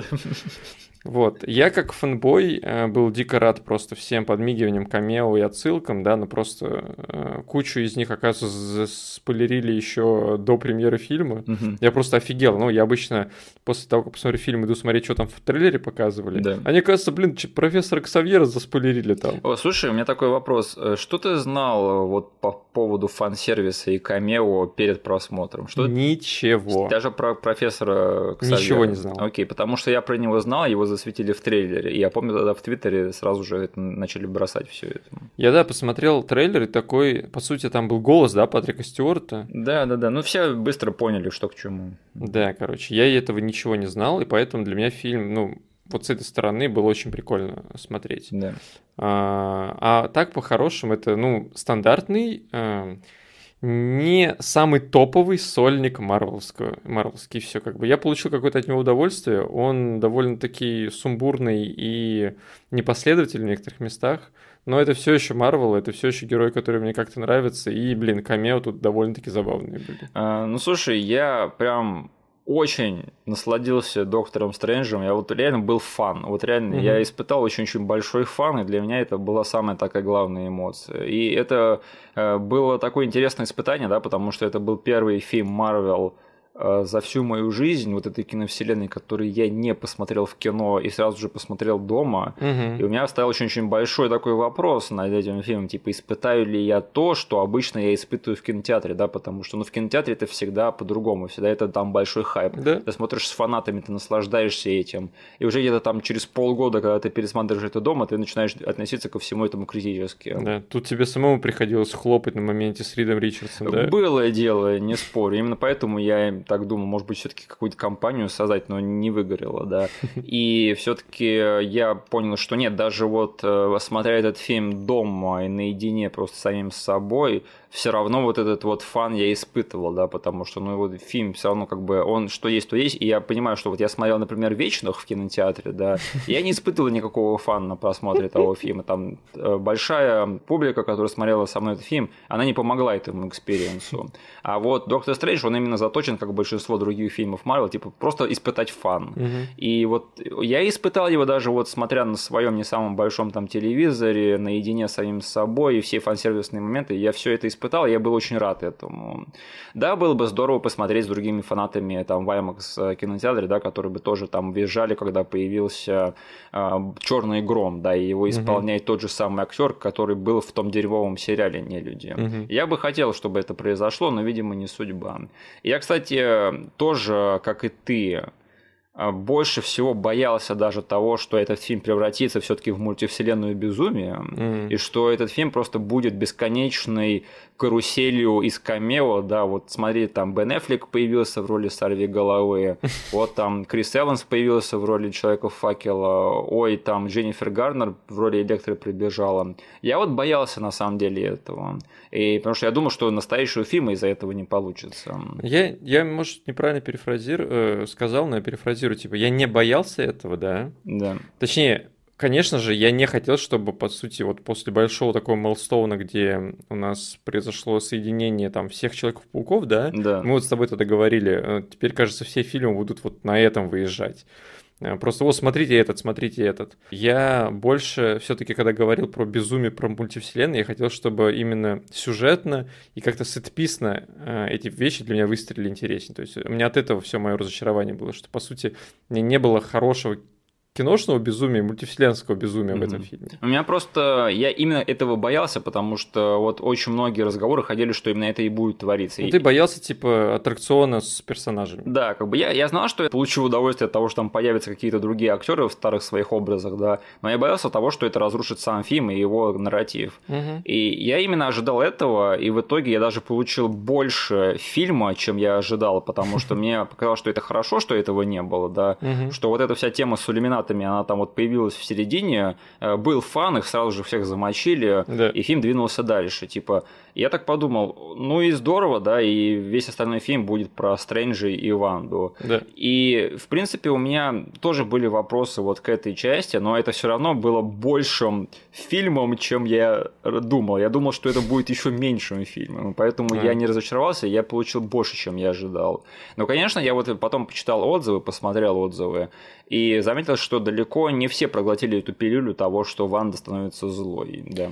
B: Вот. Я как фанбой был дико рад просто всем подмигиваниям, камео и отсылкам, да, но просто кучу из них, оказывается, спойлерили еще до премьеры фильма.
C: Угу.
B: Я просто офигел. Ну, я обычно после того, как посмотрю фильм, иду смотреть, что там в трейлере показывали.
C: Да.
B: Они, кажется, блин, профессора Ксавьера заспойлерили там.
C: О, слушай, у меня такой вопрос. Что ты знал вот по поводу фан-сервиса и камео перед просмотром? Что...
B: Ничего.
C: Даже про профессора Ксавьера?
B: Ничего не знал.
C: Окей, потому что я про него знал, его засветили в трейлере. И я помню, тогда в Твиттере сразу же это начали бросать все это.
B: Я, да, посмотрел трейлер и такой, по сути, там был голос, да, Патрика Стюарта.
C: Да, да, да. Ну, все быстро поняли, что к чему.
B: Да, короче, я этого ничего не знал, и поэтому для меня фильм, ну, вот с этой стороны было очень прикольно смотреть.
C: Да.
B: А, а так, по-хорошему, это, ну, стандартный... А, не самый топовый сольник марвелского, марвелский, все как бы. Я получил какое-то от него удовольствие, он довольно-таки сумбурный и непоследовательный в некоторых местах, но это все еще Марвел, это все еще герой, который мне как-то нравится, и, блин, камео тут довольно-таки забавные были.
C: А, ну, слушай, я прям... очень насладился Доктором Стрэнджем, я вот реально был фан, вот реально mm-hmm. я испытал очень-очень большой фан, и для меня это была самая такая главная эмоция. И это э, было такое интересное испытание, да, потому что это был первый фильм Марвел э, за всю мою жизнь, вот этой киновселенной, который я не посмотрел в кино и сразу же посмотрел дома.
B: Mm-hmm.
C: И у меня стоял очень-очень большой такой вопрос над этим фильмом, типа, испытаю ли я то, что обычно я испытываю в кинотеатре, да, потому что, ну, в кинотеатре это всегда по-другому, всегда это там большой хайп.
B: Да.
C: Ты смотришь с фанатами, ты наслаждаешься этим, и уже где-то там через полгода, когда ты пересматриваешь это дома, ты начинаешь относиться ко всему этому критически.
B: Да, тут тебе самому приходилось хлопать на моменте с Ридом Ричардсом, да?
C: Было дело, не спорю, именно поэтому я так думаю, может быть, все-таки какую-то компанию создать, но не выгорело, да. И все-таки я понял, что нет, даже вот смотря этот фильм дома и наедине просто с самим собой, все равно вот этот вот фан я испытывал, да, потому что, ну, вот фильм все равно как бы, он что есть, то есть, и я понимаю, что вот я смотрел, например, «Вечных» в кинотеатре, да, и я не испытывал никакого фана на просмотре того фильма, там большая публика, которая смотрела со мной этот фильм, она не помогла этому экспириенсу, а вот «Доктор Стрэндж», он именно заточен, как большинство других фильмов Марвел, типа, просто испытать фан,
B: Мгм.
C: и вот я испытал его даже вот смотря на своем не самом большом там телевизоре, наедине с самим собой, и все фан-сервисные моменты, я все это испытал, я был очень рад этому. Да, было бы здорово посмотреть с другими фанатами там в IMAX кинотеатре, да, которые бы тоже там визжали, когда появился э, «Черный гром», да, и его исполняет тот же самый актер, который был в том дерьмовом сериале «Нелюди».
B: Мгм.
C: Я бы хотел, чтобы это произошло, но, видимо, не судьба. Я, кстати, тоже, как и ты, больше всего боялся даже того, что этот фильм превратится все-таки в мультивселенную безумия,
B: Мгм.
C: и что этот фильм просто будет бесконечной каруселью из камео, да, вот смотри, там Бен Эффлек появился в роли Сорви головы, вот там Крис Эванс появился в роли Человека-факела, ой, там Дженнифер Гарнер в роли Электры прибежала. Я вот боялся на самом деле этого, и потому что я думал, что настоящего фильма из-за этого не получится.
B: Я, я, может, неправильно перефразирую, сказал, но я перефразирую, типа, я не боялся этого, да?
C: Да.
B: Точнее, конечно же, я не хотел, чтобы, по сути, вот после большого такого майлстоуна, где у нас произошло соединение там всех Человеков-пауков, да?
C: Да.
B: Мы вот с тобой тогда говорили, э, теперь, кажется, все фильмы будут вот на этом выезжать. Э, Просто вот смотрите этот, смотрите этот. Я больше все-таки, когда говорил про безумие, про мультивселенную, я хотел, чтобы именно сюжетно и как-то сетписно э, эти вещи для меня выстрелили интереснее. То есть у меня от этого все мое разочарование было, что, по сути, мне не было хорошего киношного безумия, мультивселенского безумия mm-hmm. в этом фильме.
C: У меня просто... Я именно этого боялся, потому что вот очень многие разговоры ходили, что именно это и будет твориться.
B: Ну,
C: и...
B: ты боялся, типа, аттракциона с персонажами.
C: Да, как бы я, я знал, что я получу удовольствие от того, что там появятся какие-то другие актеры в старых своих образах, да, но я боялся того, что это разрушит сам фильм и его нарратив. Mm-hmm. И я именно ожидал этого, и в итоге я даже получил больше фильма, чем я ожидал, потому что мне показалось, что это хорошо, что этого не было, да, mm-hmm. что вот эта вся тема с иллюминатами, она там вот появилась в середине, был фан, их сразу же всех замочили, да. и фильм двинулся дальше, типа, я так подумал, ну и здорово, да, и весь остальной фильм будет про Стрэнджа и Ванду,
B: да.
C: и, в принципе, у меня тоже были вопросы вот к этой части, но это все равно было большим фильмом, чем я думал, я думал, что это будет еще меньшим фильмом, поэтому mm. я не разочаровался, я получил больше, чем я ожидал, но, конечно, я вот потом почитал отзывы, посмотрел отзывы, и заметил, что далеко не все проглотили эту пилюлю того, что Ванда становится злой. Да,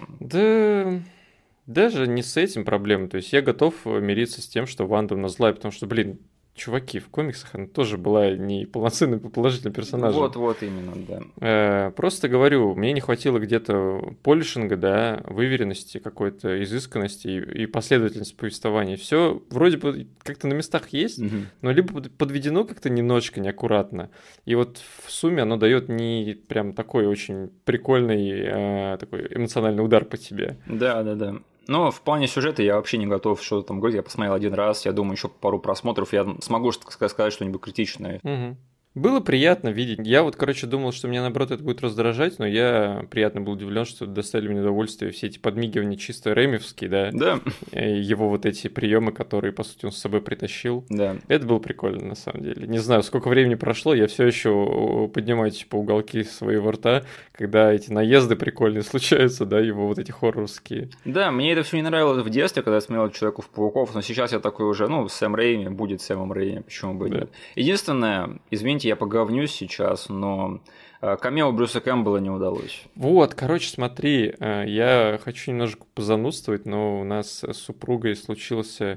B: да даже не с этим проблема. То есть я готов мириться с тем, что Ванда у нас злая, потому что, блин, чуваки, в комиксах она тоже была не полноценным положительным персонажем.
C: Вот-вот именно, да.
B: Э, просто говорю, мне не хватило где-то полишинга, да, выверенности какой-то, изысканности и, и последовательности повествования. Все вроде бы как-то на местах есть, угу. но либо подведено как-то немножечко неаккуратно. И вот в сумме оно дает не прям такой очень прикольный э, такой эмоциональный удар по тебе.
C: Да-да-да. Но в плане сюжета я вообще не готов что-то там говорить. Я посмотрел один раз, я думаю, еще пару просмотров, я смогу сказать что-нибудь критичное.
B: Угу. Было приятно видеть. Я вот, короче, думал, что меня, наоборот, это будет раздражать, но я приятно был удивлен, что доставили мне удовольствие все эти подмигивания чисто ремевские, да?
C: Да.
B: Его вот эти приемы, которые, по сути, он с собой притащил.
C: Да.
B: Это было прикольно, на самом деле. Не знаю, сколько времени прошло, я все еще поднимаю, типа, уголки своего рта, когда эти наезды прикольные случаются, да, его вот эти хорроровские.
C: Да, мне это все не нравилось в детстве, когда я смотрел Человеков-пауков, но сейчас я такой уже, ну, Сэм Рэйми будет Сэмом Рэйми, почему бы и да. нет. Единственное, извините, я поговнюсь сейчас, но камео Брюса Кэмпбелла не удалось.
B: Вот, короче, смотри, я хочу немножко позанудствовать, но у нас с супругой случился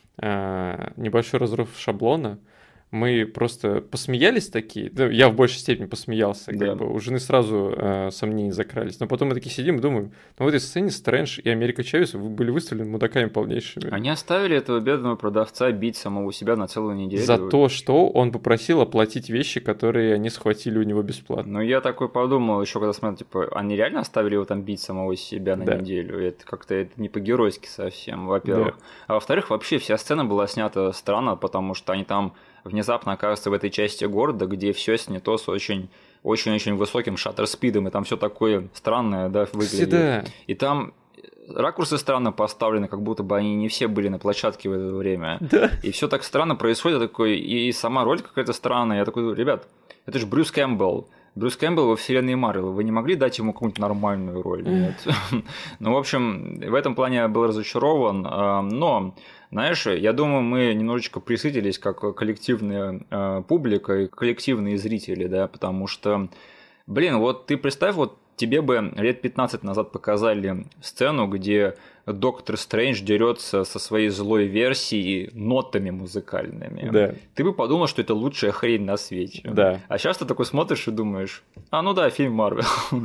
B: небольшой разрыв шаблона. Мы просто посмеялись такие, ну, я в большей степени посмеялся, да. как бы у жены сразу э, сомнения закрались, но потом мы такие сидим и думаем, ну в этой сцене Стрэндж и Америка Чавес были выставлены мудаками полнейшими.
C: Они оставили этого бедного продавца бить самого себя на целую неделю.
B: За то, что он попросил оплатить вещи, которые они схватили у него бесплатно.
C: Ну я такой подумал еще, когда смотрел, типа, они реально оставили его там бить самого себя на да. неделю? Это как-то это не по-геройски совсем, во-первых. Да. А во-вторых, вообще вся сцена была снята странно, потому что они там внезапно оказывается в этой части города, где все снято с очень очень-очень высоким шаттер-спидом, и там все такое странное, да, выглядит.
B: Всегда.
C: И там ракурсы странно поставлены, как будто бы они не все были на площадке в это время.
B: Да.
C: И все так странно происходит, такой, и сама роль какая-то странная. Я такой, ребят, это же Брюс Кэмпбелл. Брюс Кэмпбелл во вселенной Марвел. Вы не могли дать ему какую-нибудь нормальную роль? Нет. Ну, в общем, в этом плане я был разочарован, но... Знаешь, я думаю, мы немножечко присытились как коллективная э, публика и коллективные зрители, да, потому что, блин, вот ты представь, вот тебе бы лет пятнадцать назад показали сцену, где Доктор Стрэндж дерется со своей злой версией нотами музыкальными.
B: Да.
C: Ты бы подумал, что это лучшая хрень на свете.
B: Да.
C: А сейчас ты такой смотришь и думаешь, а ну да, фильм Марвел.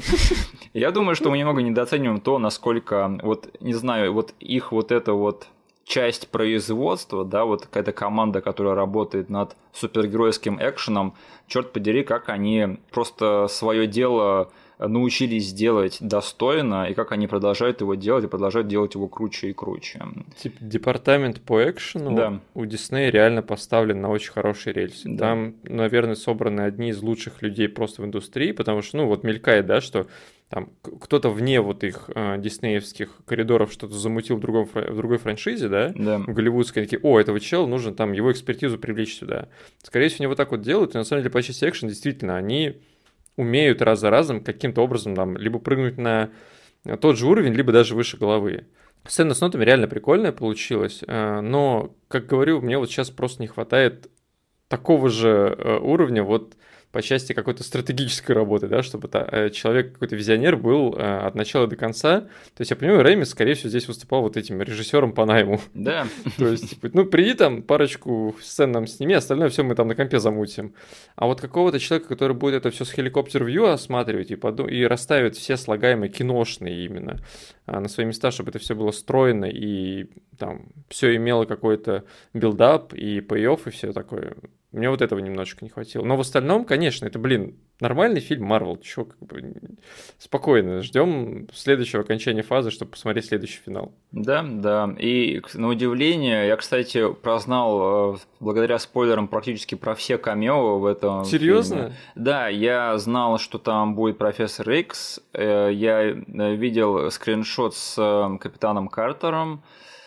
C: Я думаю, что мы немного недооцениваем то, насколько, вот, не знаю, вот их вот это вот часть производства, да, вот какая-то команда, которая работает над супергеройским экшеном, черт подери, как они просто свое дело научились делать достойно, и как они продолжают его делать, и продолжают делать его круче и круче.
B: Типа департамент по экшену да. у Диснея реально поставлен на очень хорошие рельсы. Да. Там, наверное, собраны одни из лучших людей просто в индустрии, потому что, ну, вот мелькает, да, что там кто-то вне вот их э, диснеевских коридоров что-то замутил в, другом, в другой франшизе, да,
C: да.
B: в голливудской, такие, о, этого чела, нужно там его экспертизу привлечь сюда. Скорее всего, они вот так вот делают, и на самом деле по части экшен действительно они умеют раз за разом каким-то образом там либо прыгнуть на тот же уровень, либо даже выше головы. Сцена с нотами реально прикольная получилась, но, как говорю, мне вот сейчас просто не хватает такого же уровня вот по части какой-то стратегической работы, да, чтобы та, человек, какой-то визионер был от начала до конца. То есть я понимаю, Рэйми, скорее всего, здесь выступал вот этим режиссером по найму.
C: Да.
B: То есть, типа, ну, приди там, парочку сцен нам сними, остальное все мы там на компе замутим. А вот какого-то человека, который будет это все с хеликоптер-вью осматривать и, поду- и расставит все слагаемые киношные именно на свои места, чтобы это все было стройно и там все имело какой-то билдап и пей-офф и все такое. Мне вот этого немножечко не хватило. Но в остальном, конечно, это, блин, нормальный фильм Марвел. Чё, как бы, спокойно. Ждем следующего окончания фазы, чтобы посмотреть следующий финал.
C: Да, да. И, на удивление, я, кстати, прознал благодаря спойлерам практически про все камео в этом
B: Серьезно?
C: фильме. Да, я знал, что там будет профессор Икс. Я видел скриншот с капитаном Картером.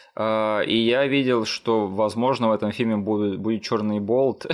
C: И я видел, что, возможно, в этом фильме будет, будет Черный Болт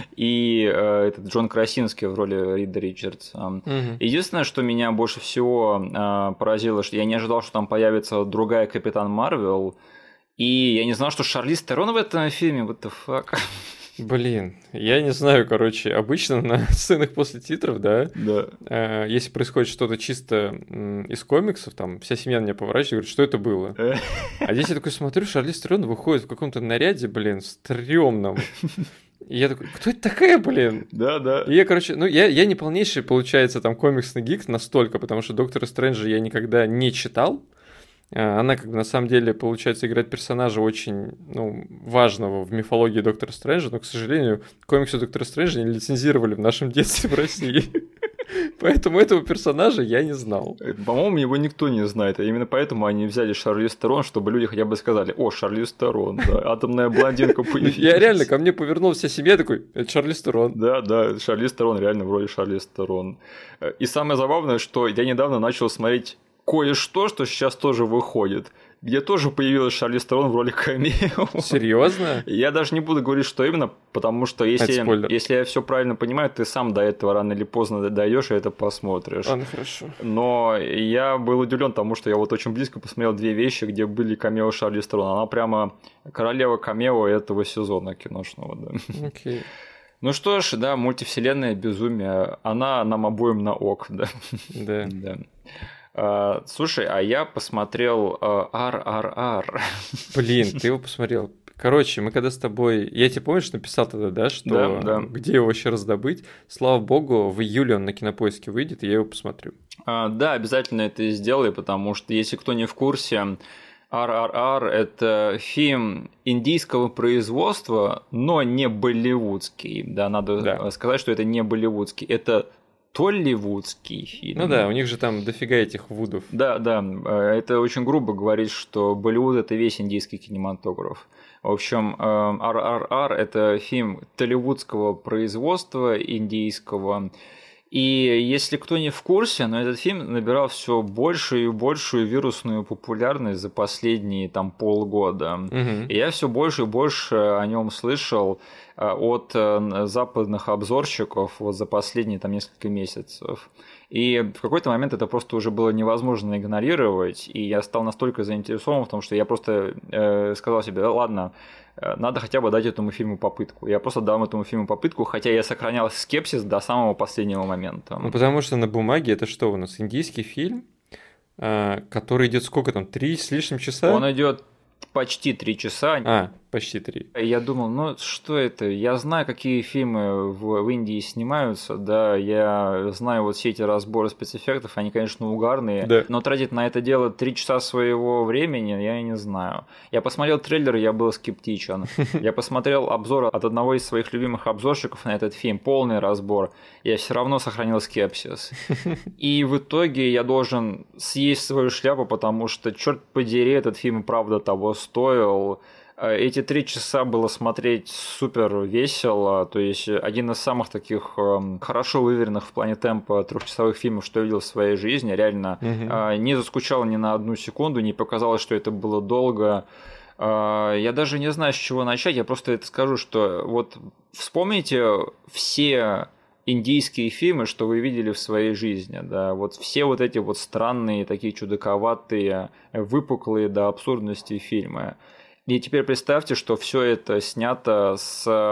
C: и э, этот Джон Красинский в роли Рида Ричардса. Mm-hmm. Единственное, что меня больше всего э, поразило, что я не ожидал, что там появится другая Капитан Марвел, и я не знал, что Шарлиз Терон в этом фильме. What the fuck?
B: Блин, я не знаю, короче, обычно на сценах после титров, да,
C: да.
B: э, если происходит что-то чисто м, из комиксов, там, вся семья на меня поворачивает и говорит, что это было? А здесь я такой смотрю, Шарлиз Терон выходит в каком-то наряде, блин, стрёмном. И я такой, кто это такая, блин?
C: Да, да.
B: И я, короче, ну, я, я не полнейший, получается, там, комиксный гик настолько, потому что Доктора Стрэнджа я никогда не читал. Она, как бы, на самом деле, получается, играет персонажа очень, ну, важного в мифологии Доктора Стрэнджа, но, к сожалению, комиксы Доктора Стрэнджа не лицензировали в нашем детстве в России. Поэтому этого персонажа я не знал.
C: По-моему, его никто не знает. А именно поэтому они взяли Шарлиз Терон, чтобы люди хотя бы сказали: о, Шарлиз Терон, да, атомная блондинка появилась.
B: Я реально, ко мне повернулась вся семья, такой, это Шарлиз Терон.
C: Да, да, Шарлиз Терон реально в роли Шарлиз Терон. И самое забавное, что я недавно начал смотреть кое-что, что сейчас тоже выходит, где тоже появилась Шарлиз Терон в роли камео.
B: Серьезно?
C: Я даже не буду говорить, что именно, потому что если, если я все правильно понимаю, ты сам до этого рано или поздно дойдешь и это посмотришь.
B: Ладно, хорошо.
C: Но я был удивлен тому, что я вот очень близко посмотрел две вещи, где были камео Шарлиз Терон. Она прямо королева камео этого сезона киношного. Да.
B: Окей.
C: Ну что ж, да, мультивселенная безумие, она нам обоим на ок, да.
B: Да.
C: Да. Uh, слушай, а я посмотрел uh, ар ар ар.
B: Блин, ты его посмотрел. Короче, мы когда с тобой... Я тебе, помнишь, написал тогда, да, что
C: да, да.
B: где его вообще раздобыть? Слава богу, в июле он на Кинопоиске выйдет, и я его посмотрю.
C: Uh, да, обязательно это сделай, потому что, если кто не в курсе, ар ар ар – это фильм индийского производства, но не болливудский. Да, надо да. сказать, что это не болливудский. Это толливудский фильм.
B: Ну да, у них же там дофига этих вудов.
C: Да, да, это очень грубо говорить, что Болливуд – это весь индийский кинематограф. В общем, ар ар ар – это фильм толливудского производства, индийского. И если кто не в курсе, но этот фильм набирал все большую и большую вирусную популярность за последние там полгода.
B: Угу. И
C: я все больше и больше о нем слышал от западных обзорщиков вот за последние там несколько месяцев. И в какой-то момент это просто уже было невозможно игнорировать, и я стал настолько заинтересован в том, что я просто э, сказал себе: ладно, надо хотя бы дать этому фильму попытку. Я просто дам этому фильму попытку, хотя я сохранял скепсис до самого последнего момента.
B: Ну, потому что на бумаге это что у нас? Индийский фильм, который идет сколько там, три с лишним часа?
C: Он идет почти три часа.
B: А, почти три.
C: Я думал, ну что это? Я знаю, какие фильмы в, в Индии снимаются, да, я знаю вот все эти разборы спецэффектов, они, конечно, угарные,
B: да.
C: но тратить на это дело три часа своего времени, я не знаю. Я посмотрел трейлер, я был скептичен. Я посмотрел обзор от одного из своих любимых обзорщиков на этот фильм, полный разбор. Я все равно сохранил скепсис. И в итоге я должен съесть свою шляпу, потому что, черт подери, этот фильм правда того стоил. Эти три часа было смотреть супер весело, то есть один из самых таких э, хорошо выверенных в плане темпа трехчасовых фильмов, что я видел в своей жизни, реально э, не заскучал ни на одну секунду, не показалось, что это было долго. Э, я даже не знаю, с чего начать, я просто это скажу, что вот вспомните все индийские фильмы, что вы видели в своей жизни, да, вот все вот эти вот странные, такие чудаковатые, выпуклые до абсурдности фильмы. И теперь представьте, что все это снято с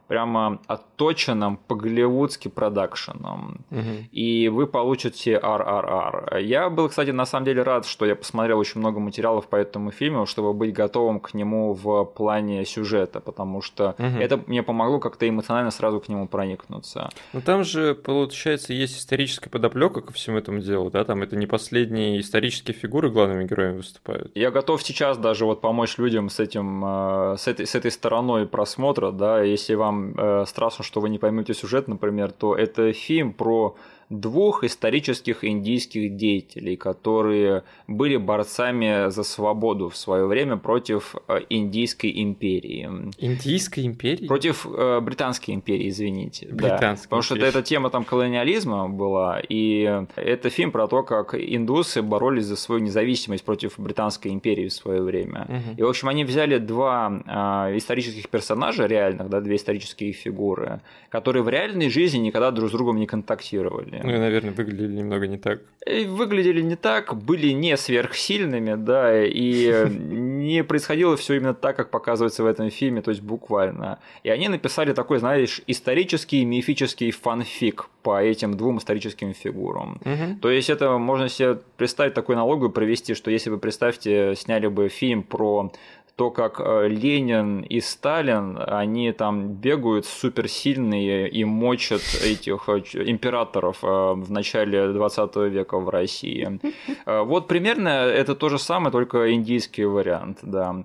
C: прямо отточенным по-голливудски продакшеном.
B: Угу.
C: И вы получите ар ар ар. Я был, кстати, на самом деле рад, что я посмотрел очень много материалов по этому фильму, чтобы быть готовым к нему в плане сюжета, потому что угу. это мне помогло как-то эмоционально сразу к нему проникнуться.
B: Ну там же, получается, есть историческая подоплека ко всему этому делу, да? Там это не последние исторические фигуры главными героями выступают.
C: Я готов сейчас даже вот помочь людям с этим, с этой, с этой стороной просмотра, да, если вам страшно, что вы не поймете сюжет, например, то это фильм про двух исторических индийских деятелей, которые были борцами за свободу в свое время против Индийской империи.
B: Индийской империи?
C: Против э, Британской империи, извините.
B: Британской.
C: Да, потому что это, эта тема там колониализма была, и это фильм про то, как индусы боролись за свою независимость против Британской империи в свое время. Угу. И, в общем, они взяли два э, исторических персонажа реальных, да, две исторические фигуры, которые в реальной жизни никогда друг с другом не контактировали.
B: Ну и, наверное, выглядели немного не так.
C: И выглядели не так, были не сверхсильными, да, и не происходило все именно так, как показывается в этом фильме, то есть буквально. И они написали такой, знаешь, исторический мифический фанфик по этим двум историческим фигурам. Угу. То есть это можно себе представить, такой аналогию провести, что если вы, представьте, сняли бы фильм про то, как Ленин и Сталин, они там бегают суперсильные и мочат этих императоров в начале двадцатого века в России. Вот примерно это то же самое, только индийский вариант, да.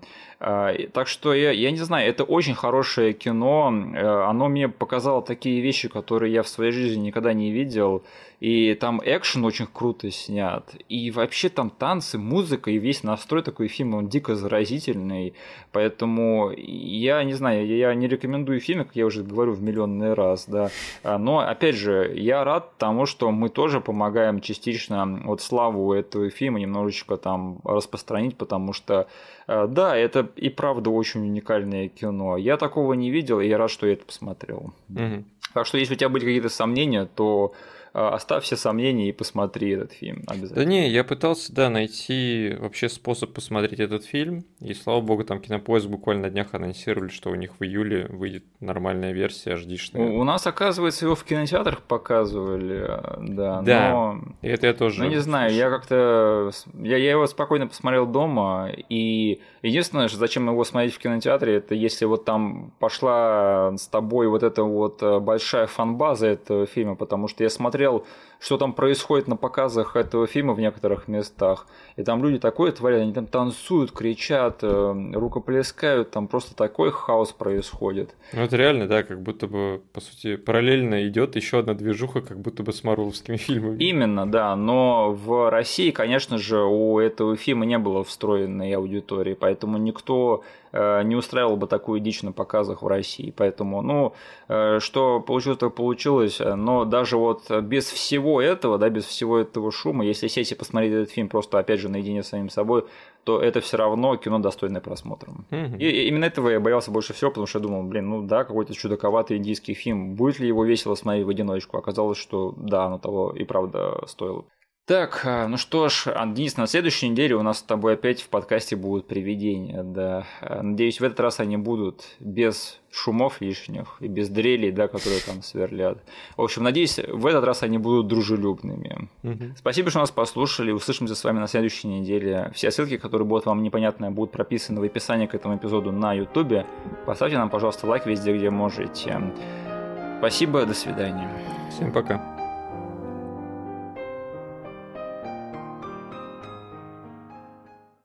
C: Так что я, я не знаю, это очень хорошее кино, оно мне показало такие вещи, которые я в своей жизни никогда не видел, и там экшен очень круто снят, и вообще там танцы, музыка и весь настрой такой фильма, он дико заразительный, поэтому я не знаю, я не рекомендую фильм, как я уже говорю в миллионный раз, да, но опять же, я рад тому, что мы тоже помогаем частично вот славу этого фильма немножечко там распространить, потому что да, это и правда очень уникальное кино. Я такого не видел, и я рад, что я это посмотрел.
B: Угу.
C: Так что, если у тебя были какие-то сомнения, то оставь все сомнения и посмотри этот фильм обязательно.
B: Да не, я пытался, да, найти вообще способ посмотреть этот фильм, и, слава богу, там Кинопоиск буквально на днях анонсировали, что у них в июле выйдет нормальная версия эйч ди-шная.
C: У, у нас, оказывается, его в кинотеатрах показывали, да.
B: Да,
C: но...
B: это я тоже.
C: Ну, не знаю, слышал. я как-то... Я, я его спокойно посмотрел дома, и единственное, зачем его смотреть в кинотеатре, это если вот там пошла с тобой вот эта вот большая фан-база этого фильма, потому что я смотрел, что там происходит на показах этого фильма в некоторых местах. И там люди такое творят, они там танцуют, кричат, рукоплескают, там просто такой хаос происходит.
B: Ну это реально, да, как будто бы, по сути, параллельно идет еще одна движуха, как будто бы с марвеловскими фильмами.
C: Именно, да, но в России, конечно же, у этого фильма не было встроенной аудитории, поэтому никто не устраивал бы такую дичь на показах в России. Поэтому, ну, что получилось, так получилось. Но даже вот без всего этого, да, без всего этого шума, если сесть и посмотреть этот фильм просто, опять же, наедине с самим собой, то это все равно кино достойное просмотра. Mm-hmm. И именно этого я боялся больше всего, потому что я думал, блин, ну да, какой-то чудаковатый индийский фильм. Будет ли его весело смотреть в одиночку? Оказалось, что да, оно того и правда стоило. Так, ну что ж, Денис, на следующей неделе у нас с тобой опять в подкасте будут привидения, да. Надеюсь, в этот раз они будут без шумов лишних и без дрелей, да, которые там сверлят. В общем, надеюсь, в этот раз они будут дружелюбными. Mm-hmm. Спасибо, что нас послушали. Услышимся с вами на следующей неделе. Все ссылки, которые будут вам непонятны, будут прописаны в описании к этому эпизоду на YouTube. Поставьте нам, пожалуйста, лайк везде, где можете. Спасибо, до свидания.
B: Всем пока.